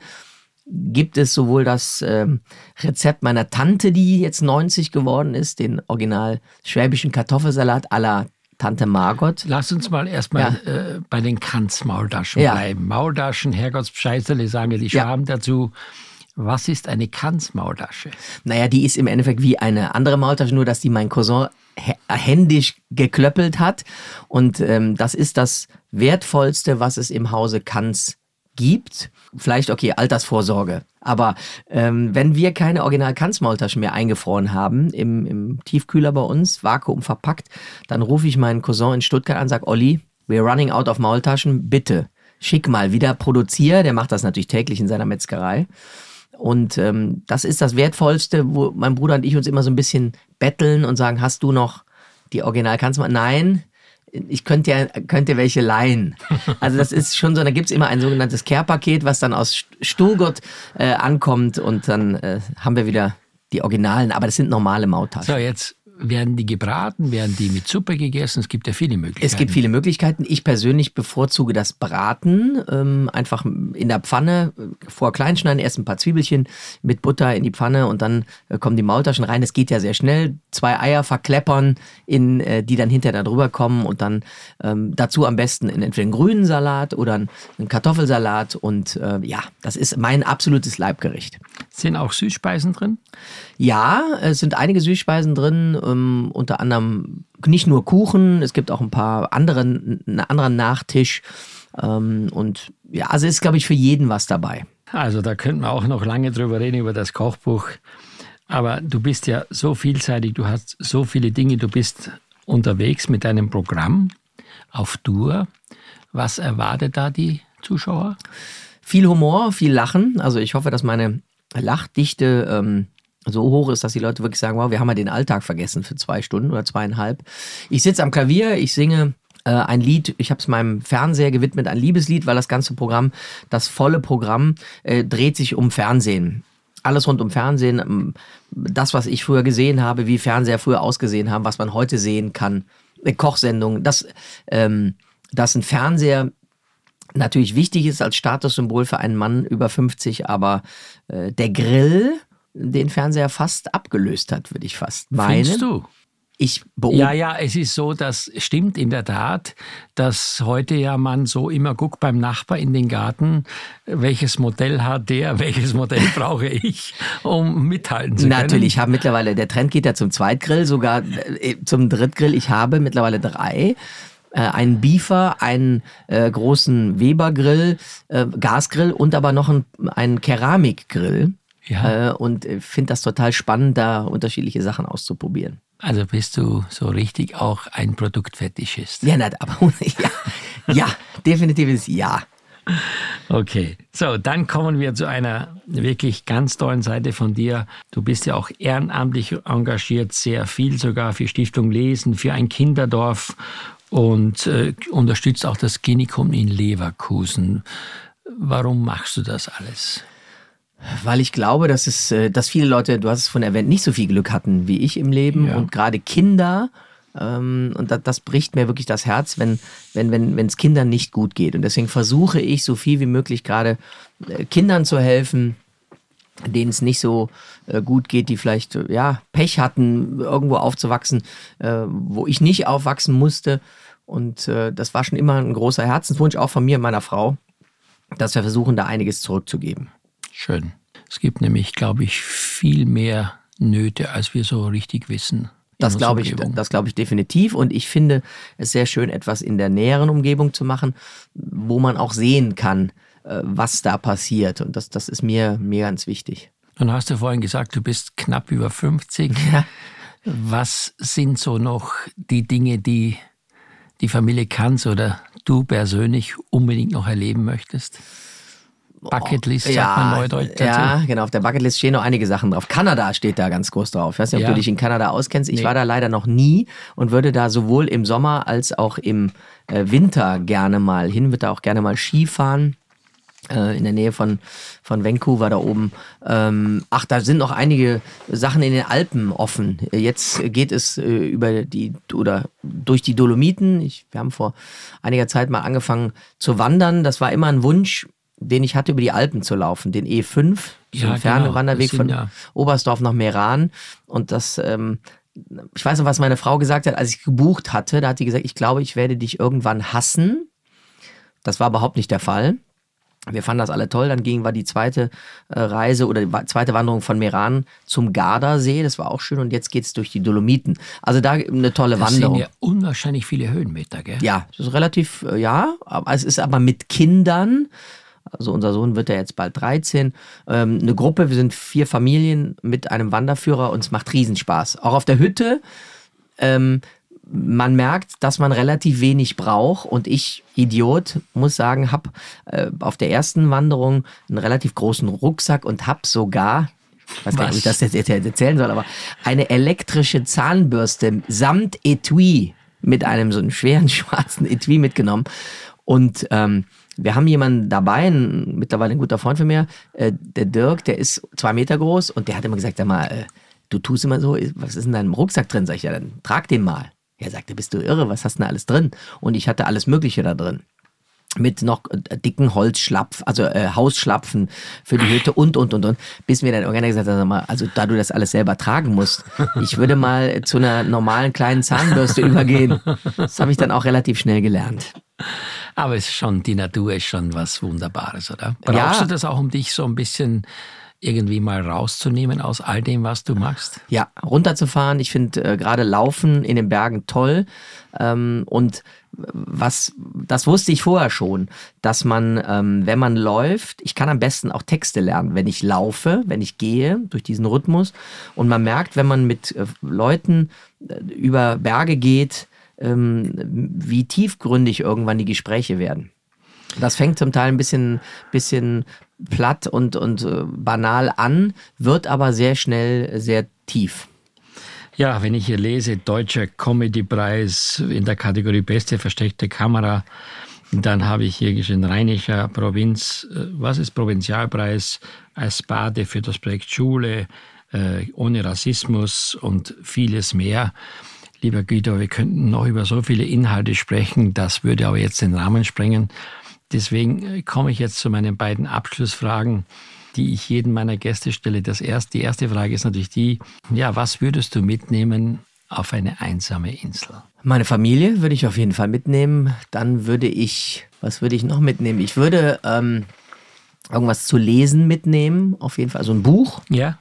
Speaker 4: Gibt es sowohl das Rezept meiner Tante, die jetzt 90 geworden ist, den original schwäbischen Kartoffelsalat à la Tante Margot.
Speaker 3: Lass uns mal erstmal bei den Kanzmaultaschen bleiben. Maultaschen, Herrgottsbescheißerle, sagen ja die Schwaben dazu. Was ist eine Kanzmaultasche? Naja,
Speaker 4: die ist im Endeffekt wie eine andere Maultasche, nur dass die mein Cousin händisch geklöppelt hat. Und das ist das Wertvollste, was es im Hause Kanz gibt. Vielleicht, okay, Altersvorsorge. Aber wenn wir keine Original-Kanz-Maultaschen mehr eingefroren haben, im Tiefkühler bei uns, Vakuum verpackt, dann rufe ich meinen Cousin in Stuttgart an und sage, Olli, we're running out of Maultaschen, bitte schick mal, wieder produzier. Der macht das natürlich täglich in seiner Metzgerei. Und das ist das Wertvollste, wo mein Bruder und ich uns immer so ein bisschen betteln und sagen, hast du noch die Original-Kanz-Maultaschen? Nein, ich könnte welche leihen. Also das ist schon so, da gibt es immer ein sogenanntes Care-Paket, was dann aus Stuttgart ankommt und dann haben wir wieder die Originalen, aber das sind normale Maultaschen.
Speaker 3: So, jetzt werden die gebraten, werden die mit Suppe gegessen? Es gibt ja viele Möglichkeiten.
Speaker 4: Es gibt viele Möglichkeiten. Ich persönlich bevorzuge das Braten. Einfach in der Pfanne, vorher klein schneiden, erst ein paar Zwiebelchen mit Butter in die Pfanne und dann kommen die Maultaschen rein. Das geht ja sehr schnell. 2 Eier verkleppern, die dann hinterher da drüber kommen und dann dazu am besten entweder einen grünen Salat oder einen Kartoffelsalat. Und das ist mein absolutes Leibgericht.
Speaker 3: Sind auch Süßspeisen drin?
Speaker 4: Ja, es sind einige Süßspeisen drin, unter anderem nicht nur Kuchen, es gibt auch einen anderen Nachtisch und ja, also ist, glaube ich, für jeden was dabei.
Speaker 3: Also da könnten wir auch noch lange drüber reden, über das Kochbuch, aber du bist ja so vielseitig, du hast so viele Dinge, du bist unterwegs mit deinem Programm auf Tour. Was erwartet da die Zuschauer?
Speaker 4: Viel Humor, viel Lachen, also ich hoffe, dass meine Lachdichte so hoch ist, dass die Leute wirklich sagen, wow, wir haben ja den Alltag vergessen für 2 Stunden oder 2,5. Ich sitze am Klavier, ich singe ein Lied, ich habe es meinem Fernseher gewidmet, ein Liebeslied, weil das ganze Programm, das volle Programm dreht sich um Fernsehen. Alles rund um Fernsehen, das, was ich früher gesehen habe, wie Fernseher früher ausgesehen haben, was man heute sehen kann, Kochsendungen, dass ein Fernseher natürlich wichtig ist als Statussymbol für einen Mann über 50, aber der Grill den Fernseher fast abgelöst hat, würde ich fast meinen.
Speaker 3: Findest du?
Speaker 4: Ja,
Speaker 3: es ist so, das stimmt in der Tat, dass heute ja man so immer guckt beim Nachbar in den Garten, welches Modell hat der, welches Modell brauche ich, um mithalten zu können.
Speaker 4: Natürlich, der Trend geht ja zum Zweitgrill, sogar zum Drittgrill. Ich habe mittlerweile 3. Einen Beefer, einen großen Weber-Grill, Gasgrill und aber noch einen Keramikgrill. Ja. Und finde das total spannend, da unterschiedliche Sachen auszuprobieren.
Speaker 3: Also bist du so richtig auch ein Produktfetischist?
Speaker 4: Ja, aber ja, definitiv ist ja.
Speaker 3: Okay, so, dann kommen wir zu einer wirklich ganz tollen Seite von dir. Du bist ja auch ehrenamtlich engagiert, sehr viel sogar für Stiftung Lesen, für ein Kinderdorf und unterstützt auch das Klinikum in Leverkusen. Warum machst du das alles?
Speaker 4: Weil ich glaube, dass viele Leute, du hast es vorhin erwähnt, nicht so viel Glück hatten wie ich im Leben und gerade Kinder. Und das bricht mir wirklich das Herz, wenn es Kindern nicht gut geht. Und deswegen versuche ich, so viel wie möglich gerade Kindern zu helfen, denen es nicht so gut geht, die vielleicht Pech hatten, irgendwo aufzuwachsen, wo ich nicht aufwachsen musste. Und das war schon immer ein großer Herzenswunsch, auch von mir und meiner Frau, dass wir versuchen, da einiges zurückzugeben.
Speaker 3: Schön. Es gibt nämlich, glaube ich, viel mehr Nöte, als wir so richtig wissen.
Speaker 4: Das glaube ich definitiv. Und ich finde es sehr schön, etwas in der näheren Umgebung zu machen, wo man auch sehen kann, was da passiert. Und das ist mir ganz wichtig.
Speaker 3: Und hast du vorhin gesagt, du bist knapp über 50.
Speaker 4: Ja.
Speaker 3: Was sind so noch die Dinge, die die Familie Kanz oder du persönlich unbedingt noch erleben möchtest? Bucketlist, sagt man neudeutsch dazu.
Speaker 4: Ja, genau. Auf der Bucketlist stehen noch einige Sachen drauf. Kanada steht da ganz groß drauf. Ich weiß nicht, ob du dich in Kanada auskennst. Ich war da leider noch nie und würde da sowohl im Sommer als auch im Winter gerne mal hin. Würde da auch gerne mal Skifahren. In der Nähe von Vancouver da oben. Da sind noch einige Sachen in den Alpen offen. Jetzt geht es durch die Dolomiten. Wir haben vor einiger Zeit mal angefangen zu wandern. Das war immer ein Wunsch, den ich hatte, über die Alpen zu laufen, den E5, so ein Fernwanderweg von Oberstdorf nach Meran. Und das, ich weiß noch, was meine Frau gesagt hat, als ich gebucht hatte, da hat sie gesagt, ich glaube, ich werde dich irgendwann hassen. Das war überhaupt nicht der Fall. Wir fanden das alle toll. Dann war die zweite Reise oder die zweite Wanderung von Meran zum Gardasee. Das war auch schön. Und jetzt geht es durch die Dolomiten. Also da eine tolle Wanderung.
Speaker 3: Das sind ja unwahrscheinlich viele Höhenmeter, gell?
Speaker 4: Ja, das ist relativ, aber es ist aber mit Kindern. Also unser Sohn wird ja jetzt bald 13. Eine Gruppe, wir sind 4 Familien mit einem Wanderführer und es macht Riesenspaß. Auch auf der Hütte. Man merkt, dass man relativ wenig braucht und ich, Idiot, muss sagen, habe auf der ersten Wanderung einen relativ großen Rucksack und habe sogar, ich weiß gar nicht, ob ich das jetzt erzählen soll, aber eine elektrische Zahnbürste samt Etui mit einem so einen schweren schwarzen Etui mitgenommen und wir haben jemanden dabei, mittlerweile ein guter Freund von mir, der Dirk, der ist 2 Meter groß und der hat immer gesagt, sag mal, du tust immer so, was ist in deinem Rucksack drin? Sag ich, ja, dann trag den mal. Er sagte, bist du irre, was hast du denn alles drin? Und ich hatte alles Mögliche da drin. Mit noch dicken Hausschlapfen für die Hütte und. Bis mir dann irgendwann gesagt hat, also da du das alles selber tragen musst, ich würde mal zu einer normalen kleinen Zahnbürste übergehen. Das habe ich dann auch relativ schnell gelernt.
Speaker 3: Aber es ist schon, die Natur ist schon was Wunderbares, oder? Brauchst du das auch, um dich so ein bisschen irgendwie mal rauszunehmen aus all dem, was du machst?
Speaker 4: Ja, runterzufahren. Ich finde gerade Laufen in den Bergen toll. Und das wusste ich vorher schon, dass man, wenn man läuft, ich kann am besten auch Texte lernen, wenn ich laufe, wenn ich gehe durch diesen Rhythmus. Und man merkt, wenn man mit Leuten über Berge geht, wie tiefgründig irgendwann die Gespräche werden. Das fängt zum Teil ein bisschen platt und banal an, wird aber sehr schnell sehr tief.
Speaker 3: Ja, wenn ich hier lese, Deutscher Comedypreis in der Kategorie Beste versteckte Kamera, dann habe ich hier geschrieben, Rheinischer Provinzialpreis als Bade für das Projekt Schule, ohne Rassismus und vieles mehr. Lieber Guido, wir könnten noch über so viele Inhalte sprechen, das würde aber jetzt den Rahmen sprengen. Deswegen komme ich jetzt zu meinen beiden Abschlussfragen, die ich jedem meiner Gäste stelle. Die erste Frage ist natürlich die, ja, was würdest du mitnehmen auf eine einsame Insel?
Speaker 4: Meine Familie würde ich auf jeden Fall mitnehmen. Dann was würde ich noch mitnehmen? Ich würde irgendwas zu lesen mitnehmen, auf jeden Fall. Also ein Buch.
Speaker 3: Ja.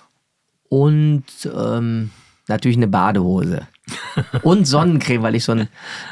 Speaker 4: Und natürlich eine Badehose. Und Sonnencreme, weil ich so ein,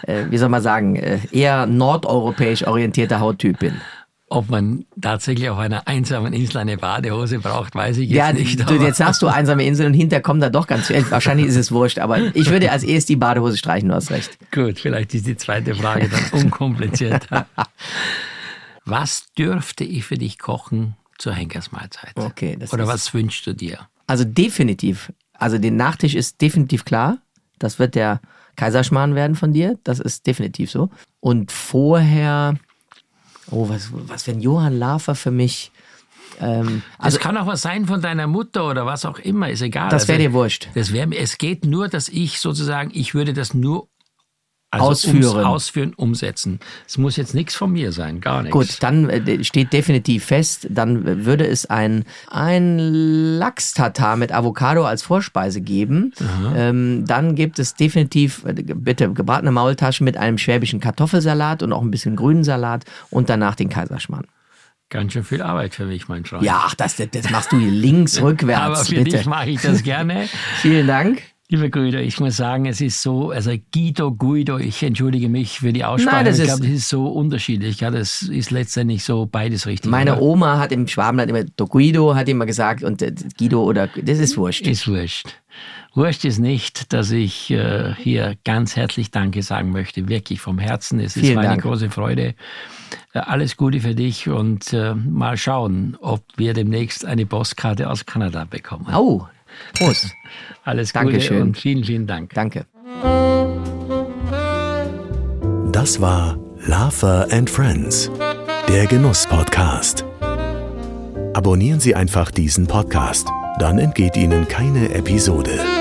Speaker 4: eher nordeuropäisch orientierter Hauttyp bin.
Speaker 3: Ob man tatsächlich auf einer einsamen Insel eine Badehose braucht, weiß ich jetzt nicht.
Speaker 4: Ja, jetzt sagst du einsame Insel und hinterher kommt da doch ganz viel. Wahrscheinlich ist es wurscht, aber ich würde als erstes die Badehose streichen, du hast recht.
Speaker 3: Gut, vielleicht ist die zweite Frage dann unkomplizierter. Was dürfte ich für dich kochen zur Henkersmahlzeit?
Speaker 4: Okay,
Speaker 3: oder was wünschst du dir?
Speaker 4: Also definitiv. Also der Nachtisch ist definitiv klar. Das wird der Kaiserschmarrn werden von dir. Das ist definitiv so. Und vorher, was wäre ein Johann Lafer für mich?
Speaker 3: Das kann auch was sein von deiner Mutter oder was auch immer, ist egal.
Speaker 4: Das wäre dir wurscht.
Speaker 3: Es geht nur, dass ich sozusagen, ich würde das nur
Speaker 4: ausführen,
Speaker 3: umsetzen. Es muss jetzt nichts von mir sein, gar nichts.
Speaker 4: Gut, dann steht definitiv fest, dann würde es ein Lachs-Tatar mit Avocado als Vorspeise geben. Dann gibt es definitiv, bitte, gebratene Maultaschen mit einem schwäbischen Kartoffelsalat und auch ein bisschen grünen Salat und danach den Kaiserschmarrn.
Speaker 3: Ganz schön viel Arbeit für mich, mein Freund.
Speaker 4: Ja, das machst du hier links, rückwärts.
Speaker 3: Aber für dich mache ich das gerne.
Speaker 4: Vielen Dank.
Speaker 3: Lieber Guido, ich muss sagen, es ist so, also Guido, ich entschuldige mich für die Aussprache. Ich glaube, das ist so unterschiedlich. Ja, das ist letztendlich so beides richtig.
Speaker 4: Meine Oma hat im Schwabenland immer Guido, hat immer gesagt, und Guido oder, das ist wurscht.
Speaker 3: Ist wurscht. Wurscht ist nicht, dass ich hier ganz herzlich Danke sagen möchte, wirklich vom Herzen. Es ist eine große Freude. Alles Gute für dich und mal schauen, ob wir demnächst eine Postkarte aus Kanada bekommen.
Speaker 4: Oh, Prost.
Speaker 3: Alles
Speaker 4: Dankeschön.
Speaker 3: Gute und vielen, vielen Dank.
Speaker 4: Danke.
Speaker 1: Das war Lafer and Friends, der Genuss-Podcast. Abonnieren Sie einfach diesen Podcast, dann entgeht Ihnen keine Episode.